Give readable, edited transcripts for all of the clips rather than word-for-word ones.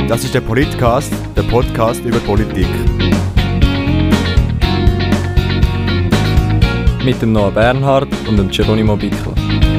Das ist der Politcast, der Podcast über Politik. Mit dem Noah Bernhard und dem Geronimo Bickler.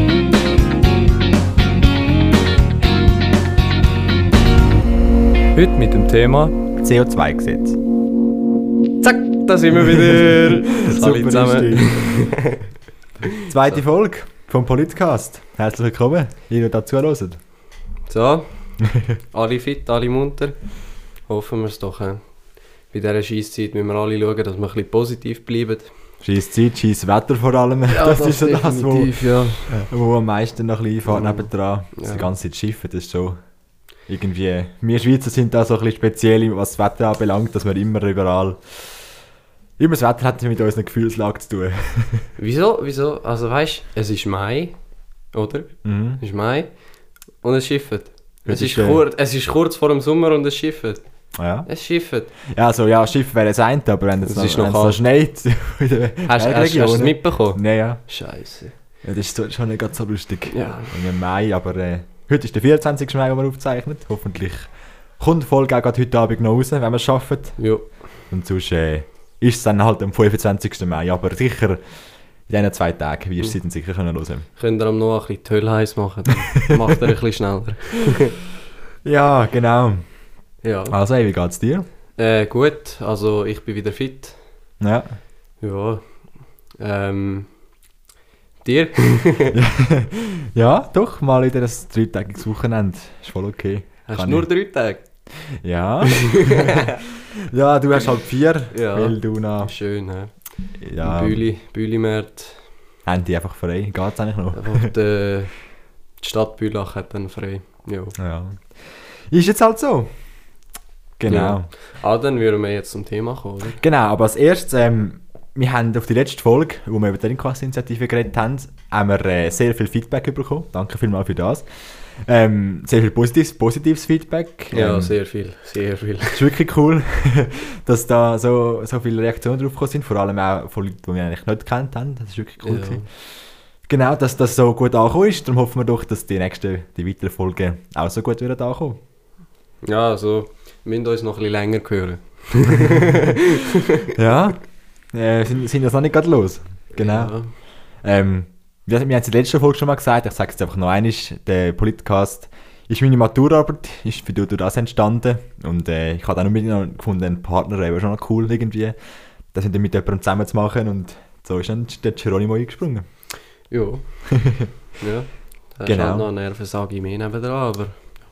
Heute mit dem Thema CO2-Gesetz. Zack, da sind wir wieder. Hallo zusammen. Zweite Folge vom Politcast. Herzlich willkommen, ihr, die dazu hören. So, alle fit, alle munter. Hoffen wir es doch. Bei dieser Scheisszeit müssen wir alle schauen, dass wir ein bisschen positiv bleiben. Scheiß Zeit, scheiß Wetter vor allem. Ja, das ist so das, wo am meisten noch ein bisschen einfährt nebendran. Ja. Die ganze Zeit schiffen, das ist so irgendwie... Wir Schweizer sind da so ein bisschen speziell, was das Wetter anbelangt, dass wir immer überall... Immer das Wetter hat mit unserer Gefühlslage zu tun. Wieso? Also weißt du, es ist Mai, oder? Mhm. Es ist Mai und es schifft. Es ist ist, es ist kurz vor dem Sommer und es schifft. Ja. Es schifft. Ja, also ja, Schiff wäre das eine, aber wenn es Es ist noch, noch noch schneit in der Hast du es Bergregion. mitbekommen? Nein, ja. Scheiße. Ja, das ist so, schon nicht ganz so lustig. Ja. Im Mai, aber heute ist der 24. Mai, den wir aufzeichnen. Hoffentlich kommt die Folge auch gerade heute Abend noch raus, wenn wir es schaffen. Jo. Und sonst ist es dann halt am 25. Mai, aber sicher in diesen 2 Tagen wirst du sie dann sicher hören können. Könnt ihr am noch ein bisschen die Hölle heiß machen, dann macht er ein bisschen schneller. Ja, genau. Ja. Also, wie geht's dir? Gut, also ich bin wieder fit. Ja. Ja. Dir? Ja, doch, mal wieder ein 3-tägiges Wochenende. Ist voll okay. Hast Kann du nur ich. 3 Tage? Ja. Ja, du hast halt 4, Ja. weil du noch... Schön, hä? Ja, Büli-Markt. Handy einfach frei. Geht's eigentlich noch? Einfach die Stadt Bülach hat dann frei. Ja. Ja. Ist jetzt halt so. Genau. Ja. Dann würden wir jetzt zum Thema kommen, oder? Genau, aber als erstes, wir haben auf die letzte Folge, wo wir über die Inquest-Initiative geredet haben, wir sehr viel Feedback bekommen. Danke vielmals für das. Sehr viel positives Feedback. Ja, sehr viel, sehr viel. Es ist wirklich cool, dass da so viele Reaktionen drauf gekommen sind, vor allem auch von Leuten, die wir eigentlich nicht gekannt haben. Das ist wirklich cool Ja. gewesen. Genau, dass das so gut angekommen ist. Darum hoffen wir doch, dass die weiteren Folgen auch so gut werden ankommen. Ja, also, wir müssen uns noch ein bisschen länger hören. Ja, sind das noch nicht gerade los. Genau. Ja. Wir haben es in der letzten Folge schon mal gesagt, ich sage es einfach noch einmal, der Politcast ist meine Maturarbeit, ist für das entstanden und ich habe auch noch gefunden, einen Partner wäre schon noch cool irgendwie, das mit jemandem zusammen zu machen und so ist dann der Geronimo eingesprungen. Ja. Ja. Da Genau. ist halt noch eine Nervensage mehr nebendran, aber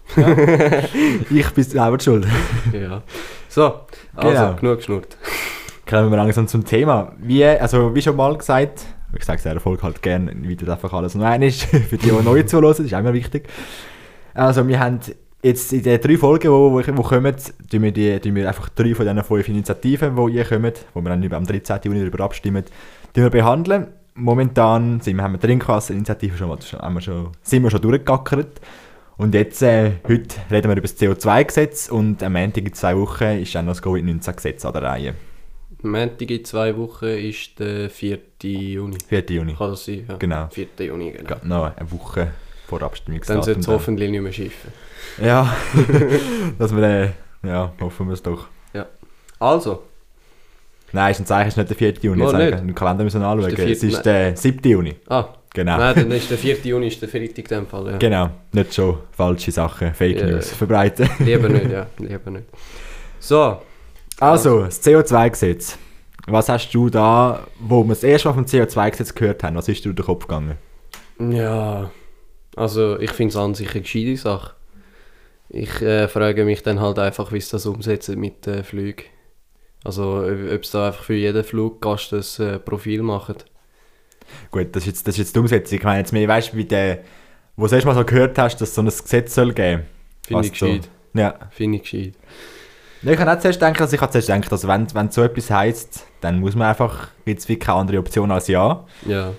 Ich bin selber schuld. ja. So, also, Genau. genug geschnurrt. Kommen wir langsam zum Thema. Wie schon mal gesagt, ich sage es in der Folge halt gerne, wieder einfach alles noch einmal, für die neu zuhören, das ist auch immer wichtig. Also wir haben jetzt in den 3 Folgen, die kommen, tun wir einfach 3 von diesen 5 Initiativen, die ihr kommt, wo wir dann am 13. Juni darüber abstimmen, behandeln. Momentan haben wir die Trinkwasser-Initiative sind wir schon durchgegackert. Und jetzt, heute reden wir über das CO2-Gesetz und am Montag in 2 Wochen ist dann noch das Covid-19-Gesetz an der Reihe. Montag in 2 Wochen ist der 4. Juni. 4. Juni. Kann das sein? Ja. Genau. 4. Juni, genau. Gerade noch eine Woche vor Dann Abstimmungsdatum. sollte es hoffentlich nicht mehr schiffen. Ja, dass wir hoffen wir es doch. Also, Nein, ist ein Zeichen, ist nicht der 4. Juni. Oh, Jetzt nicht? den Kalender müssen wir anschauen. Ist der Es 4. ist der 7. Juni. Genau. Nein, dann ist der 4. Juni ist der Freitag in dem Fall, ja. Genau, nicht schon falsche Sachen, Fake Ja. News verbreiten. Lieber nicht, ja. Lieber nicht. So, Also, das CO2-Gesetz. Was hast du da, wo wir das erste Mal vom CO2-Gesetz gehört haben, was ist dir durch den Kopf gegangen? ja. Also, ich finde es an sich eine gescheite Sache. Ich frage mich dann halt einfach, wie sie das umsetzen mit den Flügen. Also, ob es da einfach für jeden Fluggast ein Profil machen. Gut, das ist jetzt die Umsetzung. Ich meine jetzt mehr, weißt du, wo du das erste Mal so gehört hast, dass es so ein Gesetz soll geben. Finde ich Also, gescheit. Ja. Finde ich gescheit. Ja, ich habe auch zuerst gedacht, also wenn so etwas heisst, dann muss man einfach, gibt es wirklich keine andere Option als ja. Ja.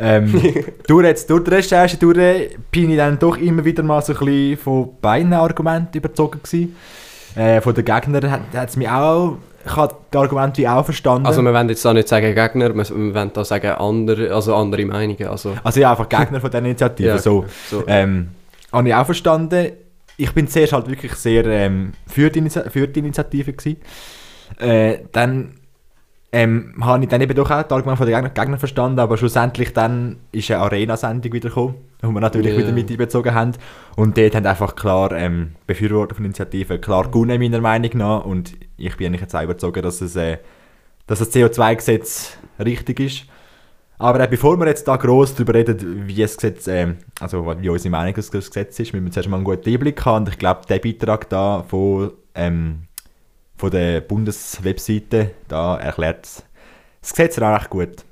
Durch die Recherche bin ich dann doch immer wieder mal so ein bisschen von beiden Argumenten überzogen gewesen. Von den Gegnern hat es mich auch, ich habe die Argumente wie auch verstanden. Also wir wollen jetzt da nicht sagen Gegner, wir wollen da sagen andere Meinungen. Also ja, einfach Gegner von dieser Initiative. Ja, so. so. Habe ich auch verstanden. ich bin zuerst halt wirklich sehr für die Initiative gewesen. Dann habe ich dann eben doch auch die Argumente von den Gegnern verstanden, aber schlussendlich dann ist eine Arena-Sendung wieder gekommen, wo wir natürlich wieder mit einbezogen haben. Und dort haben einfach klar Befürworter von Initiativen klar gewonnen, meiner Meinung nach. Und ich bin eigentlich jetzt auch überzeugt, dass das CO2-Gesetz richtig ist. Aber bevor wir jetzt da gross darüber reden, wie das Gesetz, wie unsere Meinung das Gesetz ist, müssen wir zuerst mal einen guten Einblick haben. Und ich glaube, der Beitrag da von der Bundeswebseite, da erklärt das Gesetz recht gut.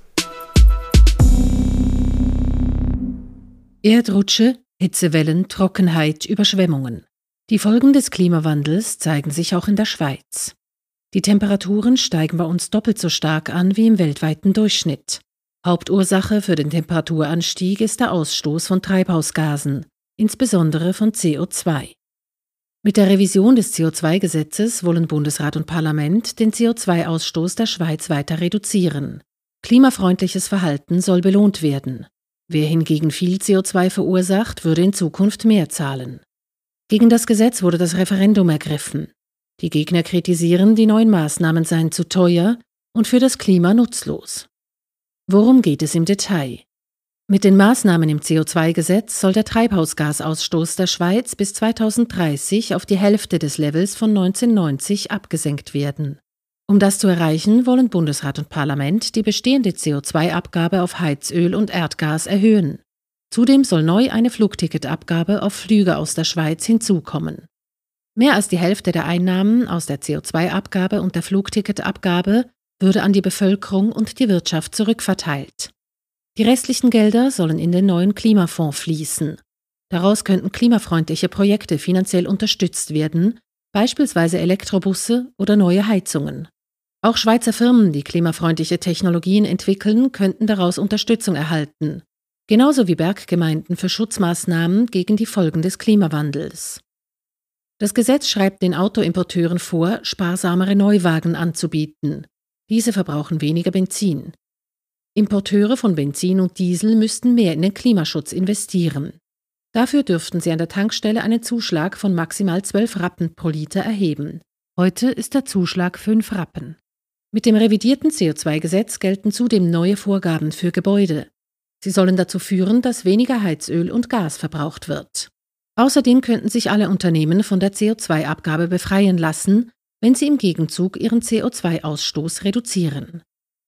Erdrutsche, Hitzewellen, Trockenheit, Überschwemmungen. Die Folgen des Klimawandels zeigen sich auch in der Schweiz. Die Temperaturen steigen bei uns doppelt so stark an wie im weltweiten Durchschnitt. Hauptursache für den Temperaturanstieg ist der Ausstoß von Treibhausgasen, insbesondere von CO2. Mit der Revision des CO2-Gesetzes wollen Bundesrat und Parlament den CO2-Ausstoß der Schweiz weiter reduzieren. Klimafreundliches Verhalten soll belohnt werden. Wer hingegen viel CO2 verursacht, würde in Zukunft mehr zahlen. Gegen das Gesetz wurde das Referendum ergriffen. Die Gegner kritisieren, die neuen Maßnahmen seien zu teuer und für das Klima nutzlos. Worum geht es im Detail? Mit den Maßnahmen im CO2-Gesetz soll der Treibhausgasausstoß der Schweiz bis 2030 auf die Hälfte des Levels von 1990 abgesenkt werden. Um das zu erreichen, wollen Bundesrat und Parlament die bestehende CO2-Abgabe auf Heizöl und Erdgas erhöhen. Zudem soll neu eine Flugticketabgabe auf Flüge aus der Schweiz hinzukommen. Mehr als die Hälfte der Einnahmen aus der CO2-Abgabe und der Flugticketabgabe würde an die Bevölkerung und die Wirtschaft zurückverteilt. Die restlichen Gelder sollen in den neuen Klimafonds fließen. Daraus könnten klimafreundliche Projekte finanziell unterstützt werden, beispielsweise Elektrobusse oder neue Heizungen. Auch Schweizer Firmen, die klimafreundliche Technologien entwickeln, könnten daraus Unterstützung erhalten, genauso wie Berggemeinden für Schutzmaßnahmen gegen die Folgen des Klimawandels. Das Gesetz schreibt den Autoimporteuren vor, sparsamere Neuwagen anzubieten. Diese verbrauchen weniger Benzin. Importeure von Benzin und Diesel müssten mehr in den Klimaschutz investieren. Dafür dürften sie an der Tankstelle einen Zuschlag von maximal 12 Rappen pro Liter erheben. Heute ist der Zuschlag 5 Rappen. Mit dem revidierten CO2-Gesetz gelten zudem neue Vorgaben für Gebäude. Sie sollen dazu führen, dass weniger Heizöl und Gas verbraucht wird. Außerdem könnten sich alle Unternehmen von der CO2-Abgabe befreien lassen, wenn sie im Gegenzug ihren CO2-Ausstoß reduzieren.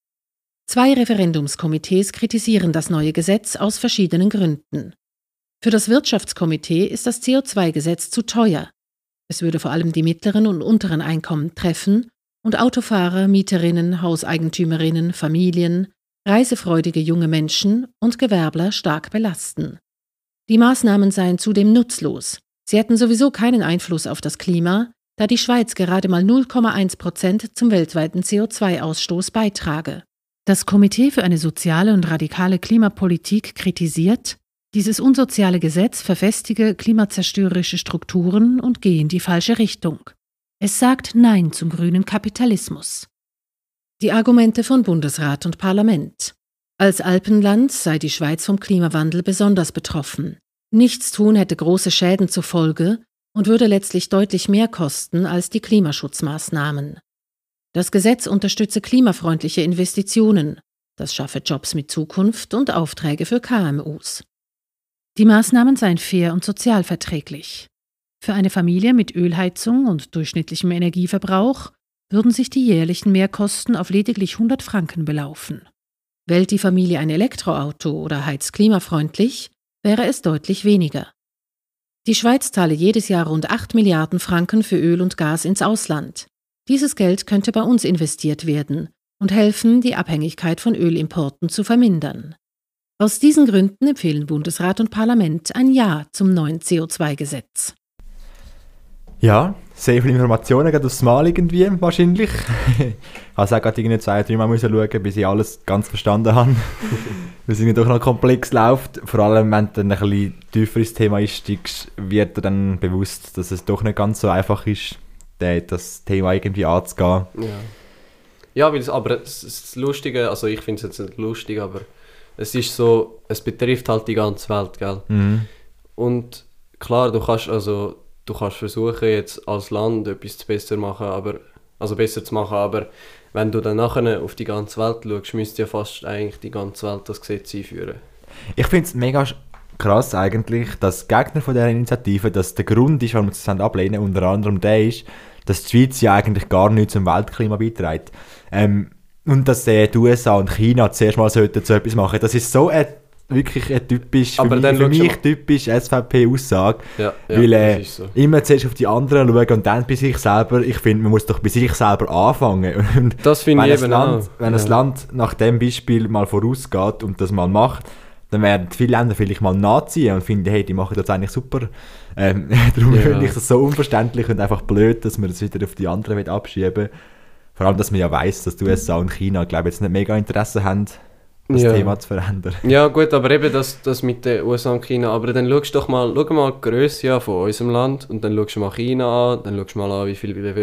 2 Referendumskomitees kritisieren das neue Gesetz aus verschiedenen Gründen. Für das Wirtschaftskomitee ist das CO2-Gesetz zu teuer. Es würde vor allem die mittleren und unteren Einkommen treffen und Autofahrer, Mieterinnen, Hauseigentümerinnen, Familien, reisefreudige junge Menschen und Gewerbler stark belasten. Die Maßnahmen seien zudem nutzlos. Sie hätten sowieso keinen Einfluss auf das Klima, da die Schweiz gerade mal 0,1% zum weltweiten CO2-Ausstoß beitrage. Das Komitee für eine soziale und radikale Klimapolitik kritisiert, dieses unsoziale Gesetz verfestige klimazerstörerische Strukturen und gehe in die falsche Richtung. Es sagt Nein zum grünen Kapitalismus. Die Argumente von Bundesrat und Parlament. Als Alpenland sei die Schweiz vom Klimawandel besonders betroffen. Nichtstun hätte große Schäden zur Folge und würde letztlich deutlich mehr kosten als die Klimaschutzmaßnahmen. Das Gesetz unterstütze klimafreundliche Investitionen. Das schaffe Jobs mit Zukunft und Aufträge für KMUs. Die Maßnahmen seien fair und sozialverträglich. Für eine Familie mit Ölheizung und durchschnittlichem Energieverbrauch würden sich die jährlichen Mehrkosten auf lediglich 100 Franken belaufen. Wählt die Familie ein Elektroauto oder heizt klimafreundlich, wäre es deutlich weniger. Die Schweiz zahle jedes Jahr rund 8 Milliarden Franken für Öl und Gas ins Ausland. Dieses Geld könnte bei uns investiert werden und helfen, die Abhängigkeit von Ölimporten zu vermindern. Aus diesen Gründen empfehlen Bundesrat und Parlament ein Ja zum neuen CO2-Gesetz. Ja, sehr viele Informationen, gerade aufs Mal irgendwie, wahrscheinlich. Ich habe auch gerade 2-3 Mal schauen, bis ich alles ganz verstanden habe. Weil es doch noch komplex läuft. Vor allem, wenn du dann ein bisschen tiefer ins Thema einsteigst, wird dir dann bewusst, dass es doch nicht ganz so einfach ist, das Thema irgendwie anzugehen. Ja, aber das Lustige, also ich finde es jetzt nicht lustig, aber es ist du betrifft halt die ganze Welt, gell? Mhm. Und klar, du du kannst versuchen, jetzt als Land etwas besser zu machen, aber wenn du dann nachher auf die ganze Welt schaust, müsste ja fast eigentlich die ganze Welt das Gesetz einführen. Ich finde es mega krass eigentlich, dass Gegner von dieser Initiative, dass der Grund ist, warum sie es ablehnen, unter anderem der ist, dass die Schweiz ja eigentlich gar nichts zum Weltklima beiträgt. Und dass die USA und China zuerst mal so etwas machen. Das ist so wirklich eine typisch, für mich typisch SVP-Aussage. Ja, weil so. Immer zuerst auf die anderen schauen und dann bei sich selber. Ich finde, man muss doch bei sich selber anfangen. Und das finde ich eben auch. Wenn ein Land nach dem Beispiel mal vorausgeht und das mal macht, dann werden viele Länder vielleicht mal nachziehen und finden, hey, die machen das eigentlich super. Darum finde ich das so unverständlich und einfach blöd, dass man das wieder auf die anderen abschieben will. Vor allem, dass man ja weiss, dass die USA und China, glaube ich, jetzt nicht mega Interesse haben, das Thema zu verändern. Ja gut, aber eben das mit den USA und China, aber dann schau mal die Grösse an von unserem Land und dann schau mal China an, dann schau mal an,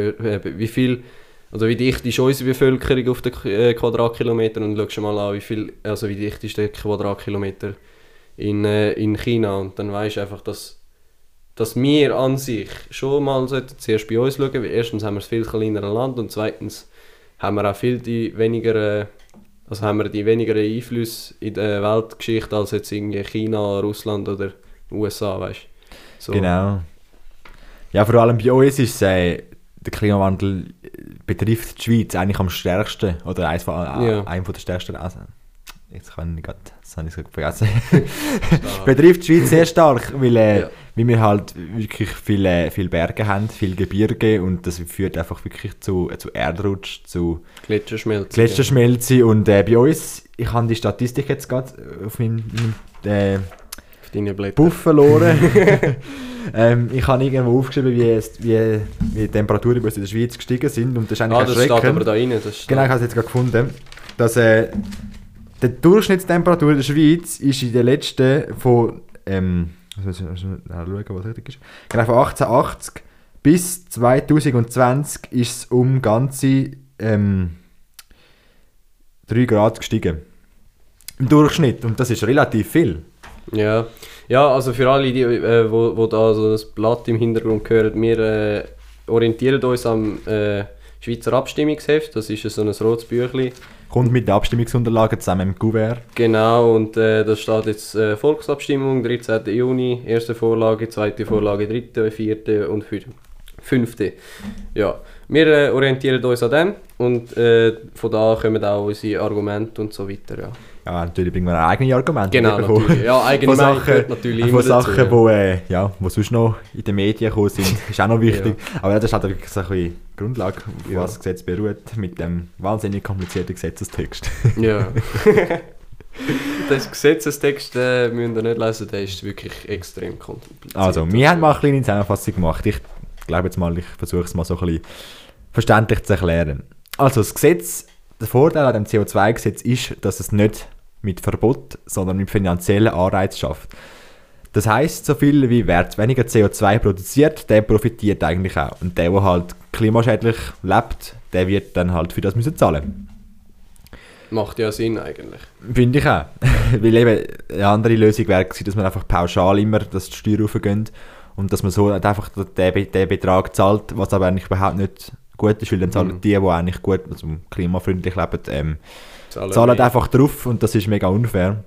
wie dicht ist unsere Bevölkerung auf den Quadratkilometer und schau mal an, wie dicht ist der Quadratkilometer in China und dann weisst du einfach, dass wir an sich schon mal zuerst bei uns schauen, weil erstens haben wir ein viel kleineres Land und zweitens haben wir auch die weniger Einflüsse in der Weltgeschichte als jetzt irgendwie China, Russland oder USA, weißt du? So. Genau. Ja, vor allem bei uns ist der Klimawandel betrifft die Schweiz eigentlich am stärksten oder einem der stärksten. Jetzt kann ich gerade, das habe ich vergessen. Betrifft die Schweiz sehr stark, weil wir halt wirklich viele Berge haben, viel Gebirge und das führt einfach wirklich zu Erdrutsch, zu Gletscherschmelze. Und bei uns, ich habe die Statistik jetzt gerade auf meinem Buff verloren. Ich habe irgendwo aufgeschrieben, wie die Temperaturen bei uns in der Schweiz gestiegen sind und das ist eigentlich erschreckend. Das steht aber da rein. Genau, ich habe es jetzt gerade gefunden, dass die Durchschnittstemperatur in der Schweiz ist in den letzten von schauen, was richtig ist. Genau, von 1880 bis 2020 ist es um ganze 3 Grad gestiegen. Im Durchschnitt. Und das ist relativ viel. Ja, also für alle, die da so das Blatt im Hintergrund hören, wir orientieren uns am Schweizer Abstimmungsheft. Das ist so ein rotes Büchlein. Kommt mit den Abstimmungsunterlagen zusammen im Kuvert. Genau, und da steht jetzt Volksabstimmung, 13. Juni, erste Vorlage, zweite Vorlage, 3., 4. und 5. Ja, wir orientieren uns an dem und von da kommen auch unsere Argumente und so weiter. Ja, natürlich bringen wir eigene Argumente. Genau, natürlich. Ja, eigene Meinung gehört natürlich immer dazu. Sachen, wo sonst noch in den Medien gekommen sind, ist auch noch wichtig. Aber das ist halt wirklich so ein bisschen Grundlage, auf was das Gesetz beruht, mit dem wahnsinnig komplizierten Gesetzestext. Ja. Das Gesetzestext müsst ihr nicht lesen, der ist wirklich extrem kompliziert. Also, wir haben mal eine kleine Zusammenfassung gemacht. Ich glaube jetzt mal, ich versuche es mal so ein bisschen verständlich zu erklären. Also, das Gesetz, der Vorteil an dem CO2-Gesetz ist, dass es nicht mit Verbot, sondern mit finanziellen Anreiz schafft. Das heisst, so viel wie wer weniger CO2 produziert, der profitiert eigentlich auch. Und der halt klimaschädlich lebt, der wird dann halt für das müssen zahlen. Macht ja Sinn eigentlich. Finde ich auch. Weil eben eine andere Lösung wäre, dass man einfach pauschal immer die Steuer raufgeht und dass man so einfach den Betrag zahlt, was aber eigentlich überhaupt nicht gut ist, weil dann zahlen die eigentlich gut, also klimafreundlich leben, zahlen einfach drauf und das ist mega unfair.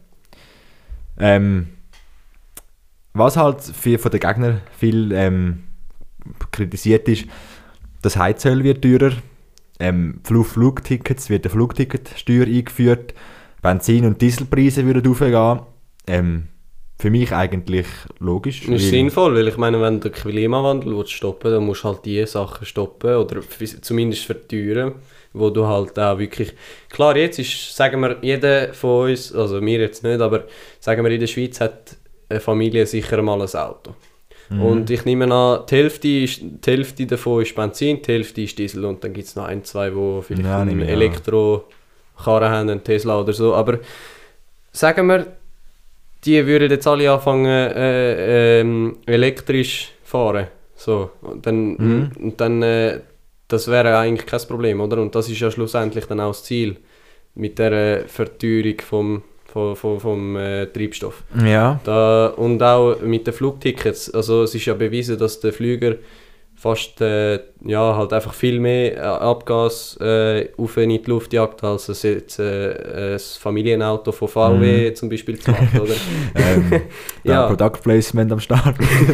Was halt von den Gegnern viel kritisiert ist, das Heizöl wird teurer, Flugtickets wird eine Flugticketsteuer eingeführt, Benzin- und Dieselpreise würden raufgehen. Für mich eigentlich logisch. Das ist sinnvoll, weil ich meine, wenn du den Klimawandel stoppen willst, dann musst du halt die Sachen stoppen oder zumindest verteuern, wo du halt auch wirklich... Klar, jetzt ist, sagen wir, jeder von uns, also wir jetzt nicht, aber sagen wir, in der Schweiz hat eine Familie sicher mal ein Auto. Mhm. Und ich nehme an, die Hälfte davon ist Benzin, die Hälfte ist Diesel und dann gibt es noch ein, zwei, die vielleicht eine Elektrokarre haben, einen Tesla oder so, aber sagen wir, die würden jetzt alle anfangen elektrisch fahren. So. Und dann das wäre eigentlich kein Problem, oder? Und das ist ja schlussendlich dann auch das Ziel mit der Verteuerung vom Treibstoff. Ja. Und auch mit den Flugtickets, also es ist ja bewiesen, dass der Flüger fast halt einfach viel mehr Abgas auf in die Luft jagt, als es jetzt ein Familienauto von VW zum Beispiel zu machen, oder? Ja. Product Placement am Start.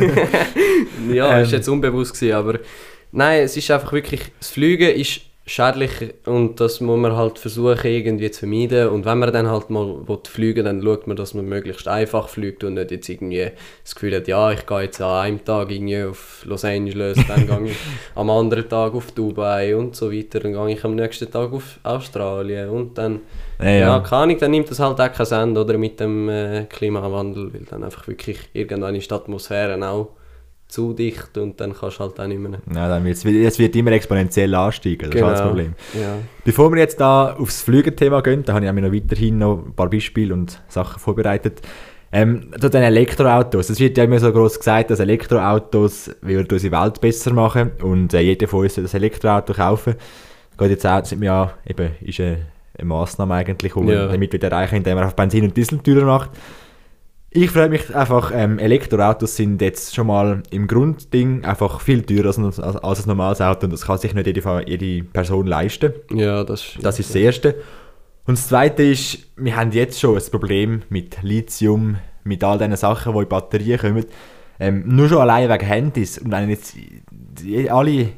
Ja, ist jetzt unbewusst gewesen, aber nein, es ist einfach wirklich, das Fliegen ist schädlich und das muss man halt versuchen irgendwie zu vermeiden, und wenn man dann halt mal fliegen will, dann schaut man, dass man möglichst einfach fliegt und nicht jetzt irgendwie das Gefühl hat, ja, ich gehe jetzt an einem Tag irgendwie auf Los Angeles, dann gehe ich am anderen Tag auf Dubai und so weiter, dann gehe ich am nächsten Tag auf Australien und dann, keine Ahnung, dann nimmt das halt auch keinen Sinn, oder, mit dem Klimawandel, weil dann einfach wirklich irgendwann ist die Atmosphäre auch zu dicht und dann kannst du halt auch nicht mehr. Ja, dann es wird immer exponentiell ansteigen, das ist das Problem. Ja. Bevor wir jetzt da aufs Flügerthema gehen, da habe ich noch weiterhin noch ein paar Beispiele und Sachen vorbereitet. Zu den Elektroautos. Es wird ja immer so gross gesagt, dass Elektroautos würden unsere Welt besser machen und jeder von uns soll ein Elektroauto kaufen. Das geht jetzt auch, das ist eine Massnahme eigentlich, damit wir erreichen, indem man auf Benzin und Diesel teurer macht. Ich freue mich einfach, Elektroautos sind jetzt schon mal im Grundding einfach viel teurer als ein normales Auto und das kann sich nicht jede Person leisten. Ja, das ist das Erste. Und das Zweite ist, wir haben jetzt schon ein Problem mit Lithium, mit all diesen Sachen, die in Batterien kommen. Nur schon allein wegen Handys. Und wenn jetzt alle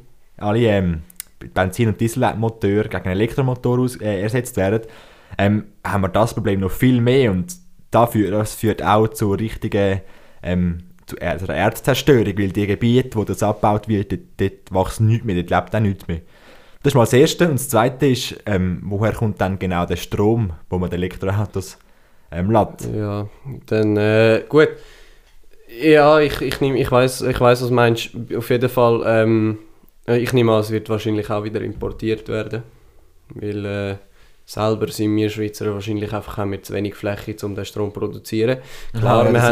Benzin- und Dieselmotoren gegen einen Elektromotor ersetzt werden, haben wir das Problem noch viel mehr. Und das führt auch zu richtigen Erdzerstörung, weil die Gebiete, wo das abgebaut wird, dort wächst nichts mehr, dort lebt auch nichts mehr. Das ist mal das Erste. Und das Zweite ist, woher kommt dann genau der Strom, wo man die Elektroautos lädt? Ja, dann gut. Ja, ich weiss, was du meinst. Auf jeden Fall, ich nehme an, es wird wahrscheinlich auch wieder importiert werden, weil selber sind wir Schweizer wahrscheinlich einfach, haben wir zu wenig Fläche, um den Strom zu produzieren. Klar, wir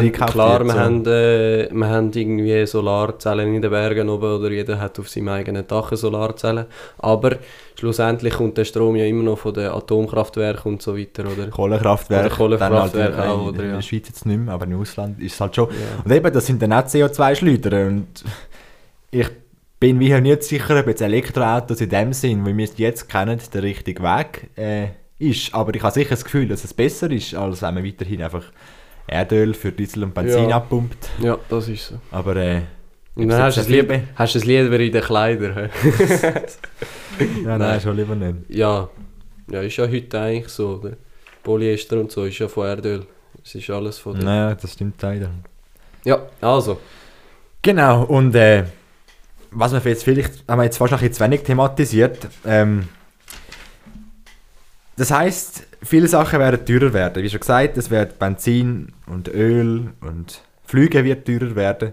haben irgendwie Solarzellen in den Bergen oben, oder jeder hat auf seinem eigenen Dach eine Solarzelle. Aber schlussendlich kommt der Strom ja immer noch von den Atomkraftwerken und so weiter, oder? Kohlekraftwerke halt auch, oder? In der Schweiz jetzt nicht mehr, aber im Ausland ist es halt schon. Ja. Und eben, das sind dann auch CO2-Schleuder. Und ich bin mir nicht sicher, ob jetzt Elektroautos in dem Sinn, wie wir es jetzt kennen, der richtige Weg ist. Aber ich habe sicher das Gefühl, dass es besser ist, als wenn man weiterhin einfach Erdöl für Diesel und Benzin abpumpt. Ja, das ist so. Aber und dann hast du es lieber in den Kleidern. Nein, schon lieber nicht. Ja, ist ja heute eigentlich so. Oder? Polyester und so ist ja von Erdöl. Es ist alles von dem. Naja, das stimmt leider. Ja, also. Genau, und was wir jetzt vielleicht, haben wir jetzt fast noch ein bisschen zu wenig thematisiert. Das heisst, viele Sachen werden teurer werden. Wie schon gesagt, es wird Benzin und Öl und Flüge wird teurer werden.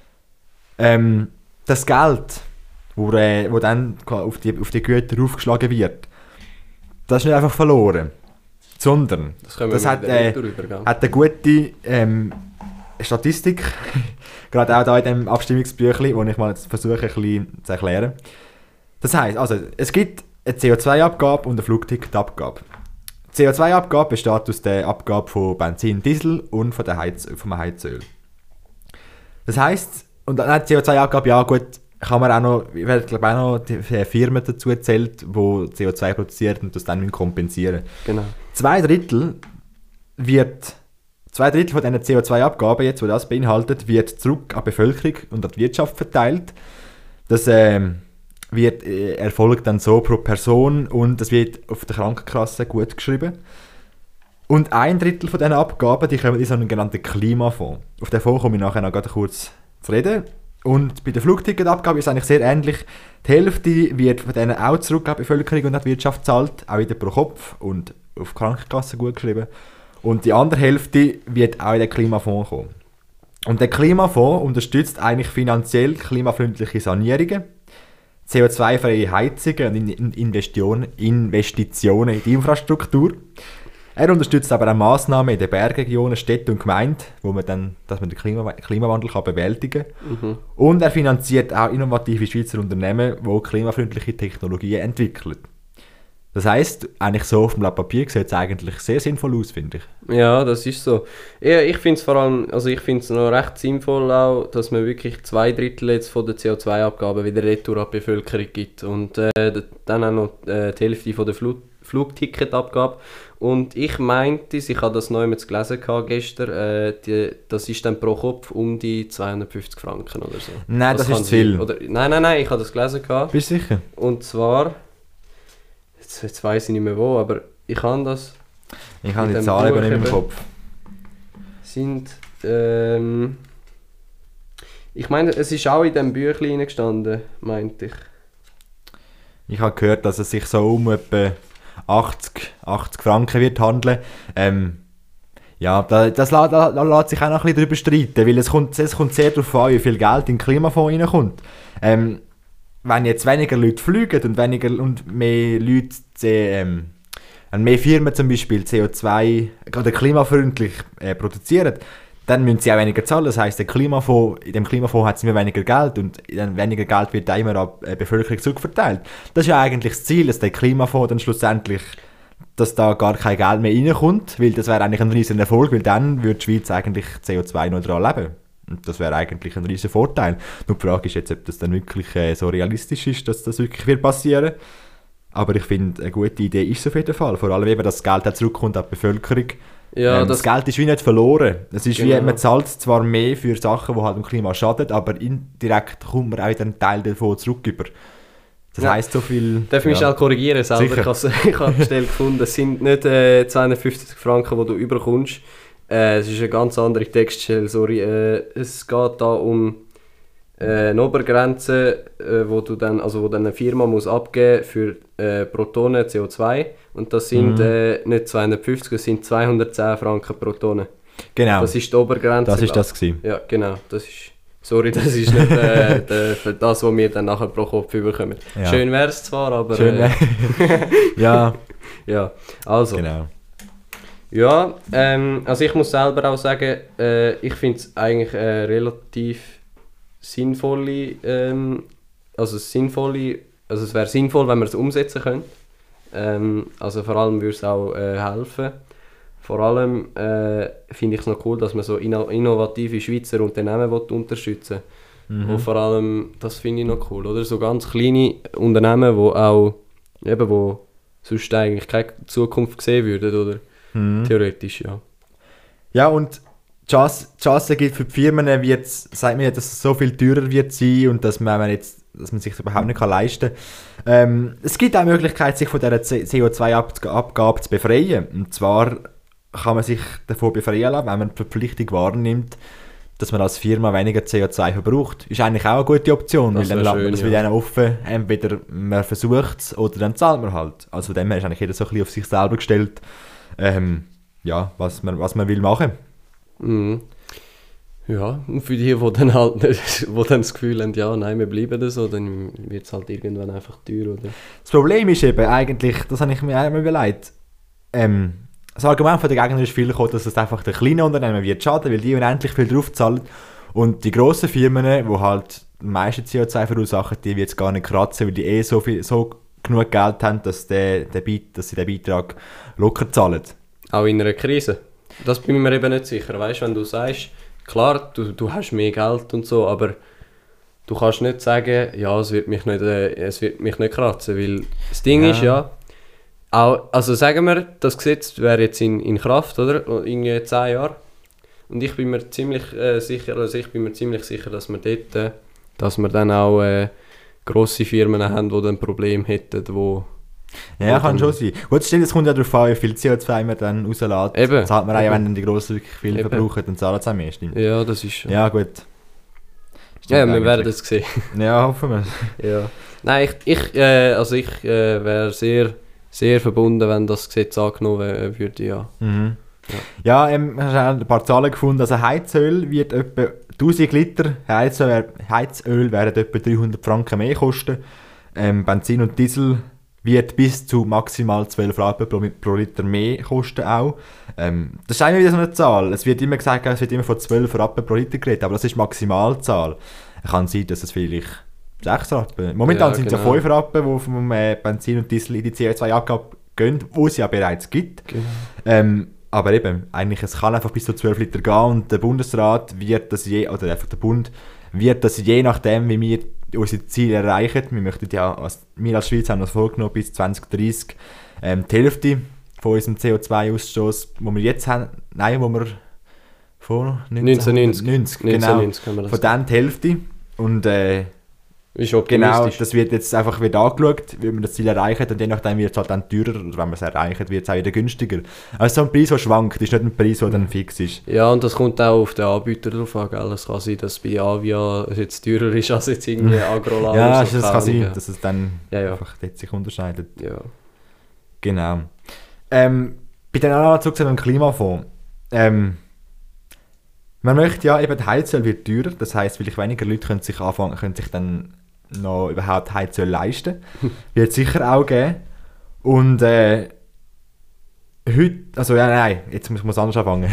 Das Geld, wo dann auf die Güter aufgeschlagen wird, das ist nicht einfach verloren. Sondern das hat eine gute Statistik, gerade auch da in dem Abstimmungsbüchlein, wo ich mal versuche, ein bisschen zu erklären. Das heisst, also, es gibt eine CO2-Abgabe und eine Flugticketabgabe. Die CO2-Abgabe besteht aus der Abgabe von Benzin, Diesel und vom Heizöl. Das heisst, und dann die CO2-Abgabe, ja gut, kann man auch noch, ich werde glaube auch noch die Firmen dazu erzählt, die CO2 produzieren und das dann kompensieren. Genau. 2/3 von diesen CO2-Abgaben, jetzt, die das beinhaltet, wird zurück an die Bevölkerung und an die Wirtschaft verteilt. Das erfolgt dann so pro Person und das wird auf der Krankenkasse gut geschrieben. Und 1/3 von diesen Abgaben, die kommen in so einen genannten Klimafonds. Auf den Fonds komme ich nachher noch kurz zu reden. Und bei der Flugticketabgabe ist es eigentlich sehr ähnlich. Die Hälfte wird von denen auch zurück an die Bevölkerung und an die Wirtschaft gezahlt, auch wieder pro Kopf und auf die Krankenkasse gut geschrieben. Und die andere Hälfte wird auch in den Klimafonds kommen. Und der Klimafonds unterstützt eigentlich finanziell klimafreundliche Sanierungen, CO2-freie Heizungen und Investitionen in die Infrastruktur. Er unterstützt aber auch Massnahmen in den Bergregionen, Städten und Gemeinden, dass man den Klimawandel bewältigen kann. Und er finanziert auch innovative Schweizer Unternehmen, die klimafreundliche Technologien entwickeln. Das heisst, eigentlich so auf dem Blatt Papier sieht es eigentlich sehr sinnvoll aus, finde ich. Ja, das ist so. Ja, ich finde es vor allem, also ich finde es noch recht sinnvoll auch, dass man wirklich 2/3 jetzt von der CO2-Abgabe wieder retour an die Bevölkerung gibt und dann auch noch die Hälfte von der Flugticketabgabe. Und ich meinte, ich habe das noch einmal gelesen gestern, das ist dann pro Kopf um die 250 Franken oder so. Nein, das ist zu viel. Nein, ich habe das gelesen. Bist du sicher? Und zwar, jetzt weiss ich nicht mehr wo, aber ich habe das. Ich habe die Zahlen gar nicht im Kopf. Sind, ich meine, es ist auch in diesem Büchlein gestanden, meinte ich. Ich habe gehört, dass es sich so um etwa 80 Franken wird handeln. Ja, das lässt sich auch noch ein bisschen darüber streiten, weil es kommt sehr darauf an, wie viel Geld in den Klimafonds reinkommt. Wenn jetzt weniger Leute fliegen und mehr Leute mehr Firmen zum Beispiel CO2 oder klimafreundlich produzieren, dann müssen sie auch weniger zahlen. Das heisst, in dem Klimafonds hat es immer weniger Geld und dann weniger Geld wird dann immer an die Bevölkerung zurückverteilt. Das ist ja eigentlich das Ziel, dass der Klimafonds dann schlussendlich, dass da gar kein Geld mehr reinkommt, weil das wäre eigentlich ein riesen Erfolg, weil dann würde die Schweiz eigentlich CO2-neutral leben. Und das wäre eigentlich ein riesen Vorteil. Nur die Frage ist jetzt, ob das dann wirklich so realistisch ist, dass das wirklich wird passieren. Aber ich finde, eine gute Idee ist es auf jeden Fall. Vor allem, wenn das Geld auch zurückkommt an die Bevölkerung. Ja, das Geld ist wie nicht verloren. Es ist genau. Wie, man zahlt zwar mehr für Sachen, die halt dem Klima schaden, aber indirekt kommt man auch wieder einen Teil davon zurück über. Das heisst so viel... Darf ich mich schnell korrigieren selber? Ich habe die Stelle gefunden, es sind nicht 250 Franken, die du überkommst. Es ist eine ganz andere Textstelle, sorry. Es geht da um eine Obergrenze, wo dann eine Firma muss abgeben für pro Tonne CO2. Und das sind nicht 250, es sind 210 Franken pro Tonne. Genau. Das ist die Obergrenze. Das ist das gewesen. Ja, genau. Das ist nicht für das, was wir dann nachher pro Kopf überkommen. Ja. Schön wäre es zwar, aber... Ja. Ja, also... Genau. Ja, also ich muss selber auch sagen, ich finde es eigentlich relativ sinnvolle, also es wäre sinnvoll, wenn wir es umsetzen können. Also vor allem würde es auch helfen. Vor allem finde ich es noch cool, dass man so innovative Schweizer Unternehmen unterstützen will. Und vor allem, das finde ich noch cool, oder? So ganz kleine Unternehmen, wo sonst eigentlich keine Zukunft sehen würden, oder? Theoretisch, ja. Ja, und die Chance gibt für die Firmen, sagt man ja, dass es so viel teurer wird sein und dass man sich das überhaupt nicht leisten kann. Es gibt auch die Möglichkeit, sich von dieser CO2-Abgabe zu befreien. Und zwar kann man sich davon befreien lassen, wenn man die Verpflichtung wahrnimmt, dass man als Firma weniger CO2 verbraucht. Ist eigentlich auch eine gute Option, weil dann lässt man das wieder offen, entweder man versucht es oder dann zahlt man halt. Also von dem her ist eigentlich jeder so ein bisschen auf sich selber gestellt, ja, was man will machen. Mhm. Ja, und für die dann halt nicht, die dann das Gefühl haben, ja, nein, wir bleiben das so, dann wird es halt irgendwann einfach teuer, oder? Das Problem ist eben eigentlich, das habe ich mir einmal überlegt, das Argument von den Gegnern ist viel gekommen, dass es einfach den kleinen Unternehmen wird schaden, weil die unendlich viel drauf zahlen und die grossen Firmen, die halt am meisten CO2 verursachen, die wird es gar nicht kratzen, weil die so genug Geld haben, dass sie den Beitrag locker zahlen. Auch in einer Krise? Das bin ich mir eben nicht sicher. Weißt du, wenn du sagst, klar, du hast mehr Geld und so, aber du kannst nicht sagen, ja, es wird mich nicht kratzen, weil das Ding ist ja, auch, also sagen wir, das Gesetz wäre jetzt in Kraft, oder? In 10 Jahren. Und ich bin mir ziemlich sicher, dass wir dann auch grosse Firmen haben, die dann Probleme hätten, wo... Ja, kann schon sein. Gut, stimmt, es kommt ja darauf an, wie viel CO2 man dann rauslässt. Eben. Zahlt man auch, wenn dann die Grossen wirklich viel verbrauchen, dann zahlen sie auch mehr, stimmt. Ja, das ist... Ja, gut. Stimmt, ja, wir werden das sehen. Ja, hoffen wir. Ja. Nein, ich wäre sehr, sehr verbunden, wenn das Gesetz angenommen würde, ja. Mhm. Ja, ich habe ein paar Zahlen gefunden. Also Heizöl wird etwa 1000 Liter Heizöl werden etwa 300 Franken mehr kosten. Benzin und Diesel wird bis zu maximal 12 Rappen pro Liter mehr kosten auch. Das ist immer wieder so eine Zahl. Es wird immer gesagt, es wird immer von 12 Rappen pro Liter geredet, aber das ist die Maximalzahl. Es kann sein, dass es vielleicht 6 Rappen. Momentan Ja, sind es ja genau. 5 Rappen, die vom Benzin und Diesel in die CO2-Abgabe gehen, wo es ja bereits gibt. Genau. Aber eben, eigentlich, es kann einfach bis zu 12 Liter gehen und der Bundesrat wird das oder einfach der Bund wird das je nachdem, wie wir unsere Ziele erreichen, wir als Schweiz haben uns vorgenommen, bis 2030 die Hälfte von unserem CO2-Ausstoß, wo wir jetzt haben, wo wir vor 1990. genau, 1990 haben wir das. von dann die Hälfte und Ist genau, optimistisch. das wird jetzt einfach wieder angeschaut, wie wir das Ziel erreichen und je nachdem wird es halt dann teurer oder wenn wir es erreichen, wird es auch wieder günstiger. Also so ein Preis, der schwankt, ist nicht ein Preis, der dann fix ist. Ja, und das kommt auch auf den Anbieter drauf an, gell? Es kann sein, dass bei Avia es jetzt teurer ist als jetzt irgendwie Agroland. Ja, oder so, das kann keine sein, Ahnung, dass es dann Ja. einfach dort sich unterscheidet. Ja. Genau. Bei den anderen zurück zu dem Klimafonds. Man möchte ja eben, die Heizöl wird teurer, das heisst, vielleicht weniger Leute können sich dann noch überhaupt Heizöl leisten. Wird sicher auch geben. Und heute, jetzt muss man anders anfangen.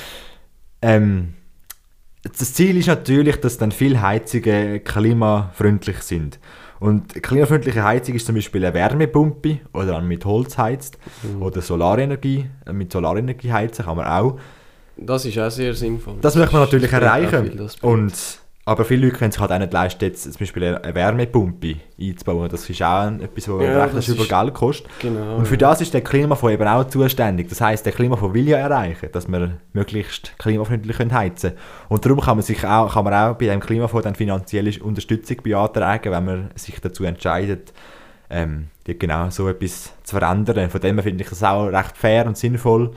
Das Ziel ist natürlich, dass dann viele Heizungen klimafreundlich sind. Und klimafreundliche Heizung ist zum Beispiel eine Wärmepumpe oder dann mit Holz heizt oder Solarenergie. Mit Solarenergie heizen kann man auch. Das ist auch sehr sinnvoll. Das möchte man natürlich bringt auch erreichen. viel, das bringt. Aber viele Leute können sich halt auch nicht leisten, jetzt zum Beispiel eine Wärmepumpe einzubauen. Das ist auch etwas, was Ja, recht das über ist- Geld kostet. Genau. Und für das ist der Klimafonds eben auch zuständig. Das heisst, der Klimafonds will ja erreichen, dass wir möglichst klimafreundlich heizen können. Und darum kann man auch bei dem Klimafonds dann finanzielle Unterstützung beantragen, wenn man sich dazu entscheidet, genau so etwas zu verändern. Von dem her finde ich das auch recht fair und sinnvoll.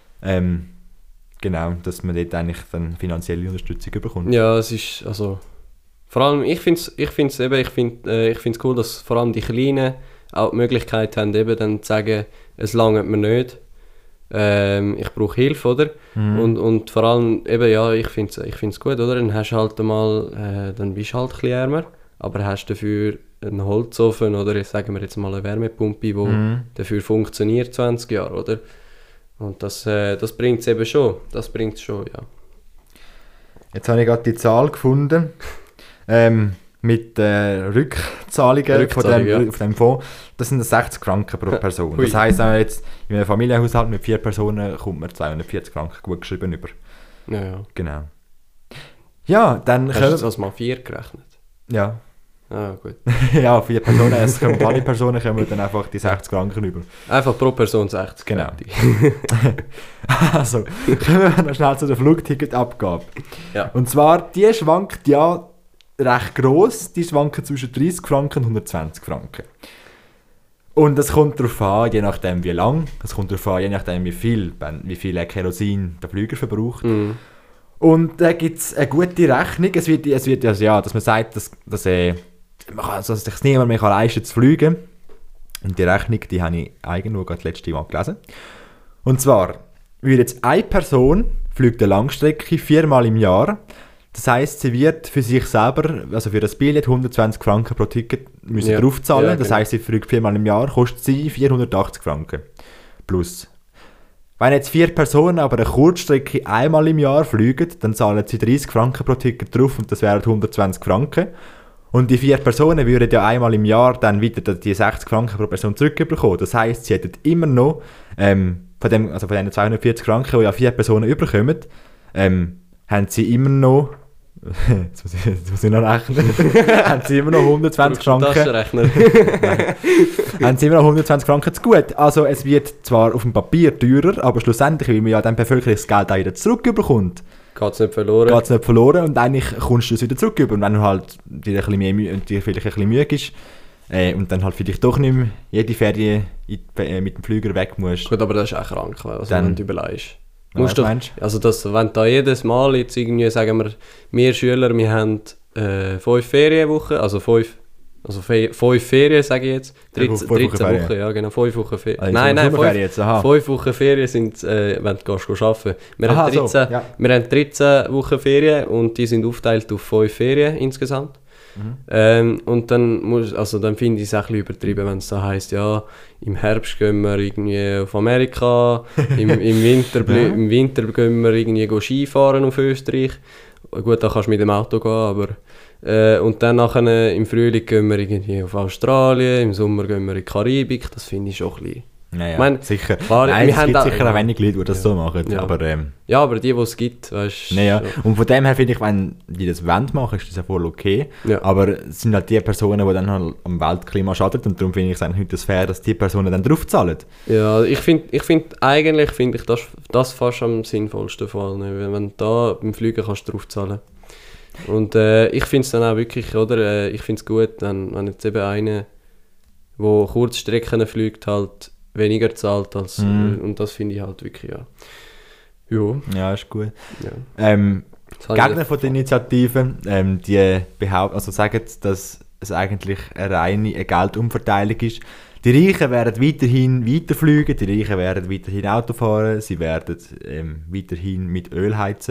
Genau, dass man dort eigentlich dann finanzielle Unterstützung bekommt. Ja, es ist, also, vor allem, ich find's cool, dass vor allem die Kleinen auch die Möglichkeit haben, eben dann zu sagen, es langt mir nicht, ich brauche Hilfe, oder? Und vor allem, eben, ja, ich find's gut, oder? Dann hast du halt einmal, dann bist du halt ein bisschen ärmer, aber hast dafür einen Holzofen oder sagen wir jetzt mal eine Wärmepumpe, die dafür funktioniert 20 Jahre, oder? Und das bringt es eben schon. Das bringt es schon, ja. Jetzt habe ich gerade die Zahl gefunden. Mit Rückzahlungen von dem Fonds. Das sind 60 Franken pro Person. Hui. Das heisst, wenn man jetzt in einem Familienhaushalt mit 4 Personen kommt man 240 Franken gut geschrieben über. Ja. Genau. Ja, dann Hast du jetzt als mal 4 gerechnet? Ja. Ah, gut. Ja, 4 Personen. Es kommen alle Personen kommen dann einfach die 60 Franken über. Einfach pro Person 60. Genau. fertig. Also, kommen wir noch schnell zu der Flugticketabgabe. Ja. Und zwar, die schwankt ja recht gross. Die schwanken zwischen 30 Franken und 120 Franken. Und es kommt darauf an, je nachdem wie lang. Es kommt darauf an, je nachdem wie viel Kerosin der Flüger verbraucht. Mhm. Und da gibt es eine gute Rechnung. Es wird also, ja, dass man sagt, dass sich niemand mehr leisten kann, zu fliegen. Und die Rechnung, die habe ich eigentlich nur gerade das letzte Mal gelesen. Und zwar, würde jetzt eine Person fliegt eine Langstrecke 4-mal im Jahr. Das heisst, sie wird für sich selber, also für das Billett, 120 Franken pro Ticket müssen Ja. draufzahlen. Ja, Das genau. heisst, sie fliegt 4-mal im Jahr, kostet sie 480 Franken. Plus. Wenn jetzt 4 Personen aber eine Kurzstrecke einmal im Jahr fliegen, dann zahlen sie 30 Franken pro Ticket drauf und das wären 120 Franken. Und die 4 Personen würden ja einmal im Jahr dann wieder die 60 Franken pro Person zurückbekommen. Das heisst, sie hätten immer noch von den 240 Franken, die ja 4 Personen überkommen, haben sie immer noch jetzt muss ich noch rechnen. Haben sie immer noch 120 Franken. Taschenrechner. Haben sie immer noch 120 Franken zu gut. Also es wird zwar auf dem Papier teurer, aber schlussendlich, weil man ja dann Bevölkerungsgeld auch wieder zurückbekommt, Geht's nicht verloren. geht es nicht verloren und eigentlich kommst du es wieder zurück. Und wenn du halt dir ein bisschen mehr dir vielleicht ein bisschen müde ist und dann halt vielleicht doch nicht mehr jede Ferien mit dem Flüger weg musst. Gut, aber das ist auch krank, also Dann- wenn du überlegst. Was Doch, meinst also wenn da jedes Mal jetzt irgendwie, sagen wir Schüler, wir haben 5 Ferienwochen, also 5 Ferien, sage ich jetzt. 13 5 Wochen Ferien. Wochen, ja genau, 5 Wochen Ferien. Also Nein, Sommerferien jetzt, aha. 5 Wochen Ferien sind, wenn du gehst arbeiten. Wir, Aha, haben 13, so, ja. wir haben 13 Wochen Ferien und die sind aufgeteilt auf 5 Ferien insgesamt. Und dann finde ich es auch ein bisschen übertrieben, wenn es da heisst, ja, im Herbst gehen wir irgendwie auf Amerika, im Winter im Winter gehen wir irgendwie Skifahren auf Österreich. Gut, da kannst du mit dem Auto gehen, aber Und dann nachher im Frühling gehen wir irgendwie auf Australien, im Sommer gehen wir in die Karibik, das finde ich schon ein bisschen... Ja, Ich meine, sicher. klar, Nein, wir es haben gibt da- sicher auch wenige Leute, die das so machen. Ja. Aber, Ja, aber die es gibt, weißt du... ja. Und von dem her finde ich, wenn die das wollen machen, ist das ja voll okay. Ja. Aber es sind halt die Personen, die dann halt am Weltklima schaden. Und darum finde ich es eigentlich nicht das fair, dass die Personen dann draufzahlen. Ja, eigentlich finde ich das fast am sinnvollsten von allen, wenn du da beim Fliegen kannst draufzahlen. Und ich finde es dann auch wirklich, oder, ich finde es gut, wenn jetzt eben einer, der Kurzstrecken fliegt, halt weniger zahlt als, und das finde ich halt wirklich, ja. Jo, Ja, ist gut. ja. Die Gegner von der Initiative, die behaupten, also sagen, dass es eigentlich eine reine Geldumverteilung ist. Die Reichen werden weiterhin weiterfliegen, die Reichen werden weiterhin Auto fahren, sie werden weiterhin mit Öl heizen.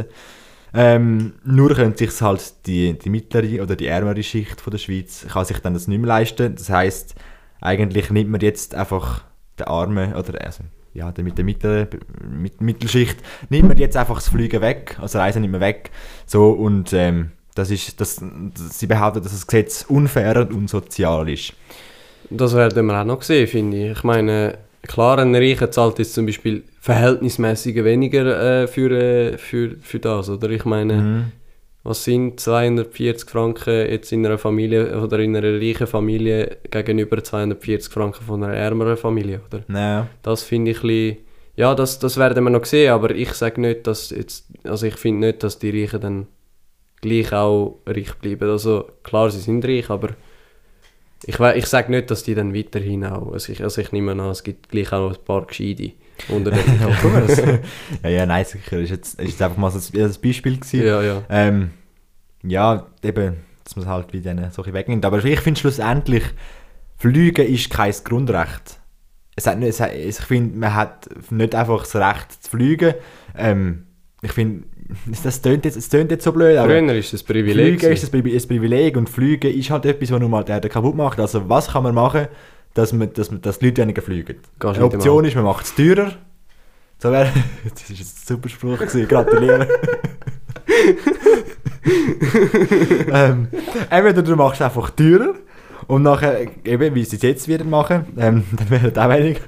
Nur können sich halt die mittlere oder die ärmere Schicht von der Schweiz kann sich dann das nicht mehr leisten. Das heisst, eigentlich nimmt man jetzt einfach den Armen oder mit der Mittelschicht nimmt man jetzt einfach das Fliegen weg, also Reisen nimmt man weg. So, und sie behaupten, dass das Gesetz unfair und unsozial ist. Das werden wir auch noch sehen, finde ich. Ich meine, klar, ein Reicher zahlt jetzt zum Beispiel verhältnismäßig weniger für das, oder? Ich meine, was sind 240 Franken jetzt in einer Familie oder in einer reichen Familie gegenüber 240 Franken von einer ärmeren Familie, oder? Naja. Das finde ich ein bisschen, ja, das werden wir noch sehen, aber ich sage nicht, dass jetzt, also ich finde nicht, dass die Reichen dann gleich auch reich bleiben. Also klar, sie sind reich, aber ich sage nicht, dass die dann weiterhin auch, also ich nehme an, es gibt gleich auch ein paar Gescheite unter den Reichen. ja, nein, sicher. Ist jetzt einfach mal so ein Beispiel gewesen. Ja. Ja, eben, dass man es halt wie denen so wegnimmt. Aber ich finde schlussendlich, Fliegen ist kein Grundrecht. Ich finde, man hat nicht einfach das Recht zu fliegen. Ich finde, es tönt jetzt so blöd, aber Früher ist das Privileg. Fliegen ist ein Privileg und Fliegen ist halt etwas, was nun mal die Erde kaputt macht. Also was kann man machen, dass die Leute weniger fliegen? Gehst Eine Option ist, man macht es teurer. So wäre... Das war ein super Spruch, gratuliere. Entweder du machst es einfach teurer und nachher, eben, wie sie es jetzt wieder machen, dann wäre es auch weniger.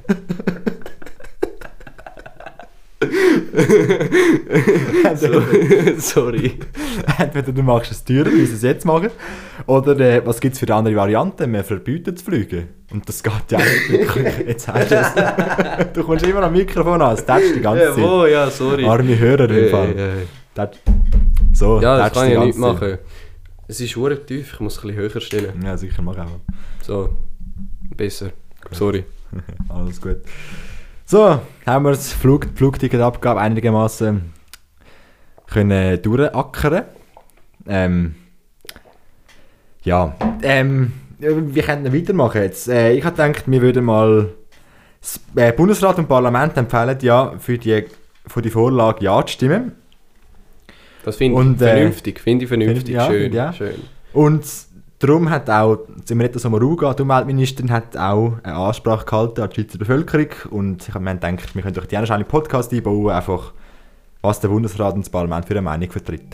Sorry. Entweder du machst es teurer, wie sie es jetzt machen, oder was gibt es für andere Varianten? Wir verbieten zu fliegen. Und das geht ja nicht wirklich. Jetzt hast du es. Du kommst immer am Mikrofon an, es tätschst die ganze Zeit. Oh ja, sorry. Arme Hörer im Fall. So, Ja, das tätschst kann die ich ganze nicht Zeit. machen. Es ist verdammt tief, ich muss es ein bisschen höher stellen. Ja, sicher, mach auch. So, besser. Sorry. Alles gut. So, haben wir das Flugticketabgabe einigermaßen können durchackern. Wir können weitermachen jetzt. Ich habe gedacht, wir würden mal das Bundesrat und Parlament empfehlen, ja, für die Vorlage Ja zu stimmen. Das finde ich vernünftig. ja, schön, ja. schön. Und darum hat auch Simonetta Sommaruga, die Umweltministerin, hat auch eine Ansprache gehalten an die Schweizer Bevölkerung. Und ich habe mir gedacht, wir können durch die einen Podcast einbauen, einfach was der Bundesrat und das Parlament für eine Meinung vertritt.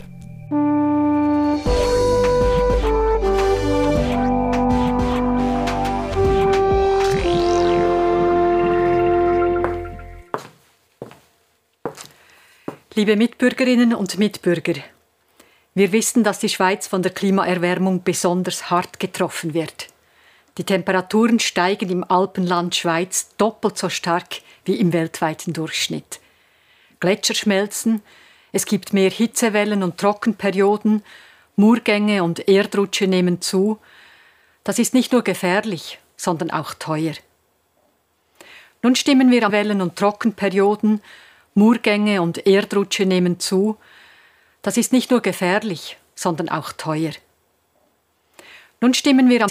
Liebe Mitbürgerinnen und Mitbürger, wir wissen, dass die Schweiz von der Klimaerwärmung besonders hart getroffen wird. Die Temperaturen steigen im Alpenland Schweiz doppelt so stark wie im weltweiten Durchschnitt. Gletscher schmelzen, es gibt mehr Hitzewellen und Trockenperioden, Murgänge und Erdrutsche nehmen zu. Das ist nicht nur gefährlich, sondern auch teuer. Nun stimmen wir an Wellen- und Trockenperioden, Murgänge und Erdrutsche nehmen zu. Das ist nicht nur gefährlich, sondern auch teuer. Nun stimmen wir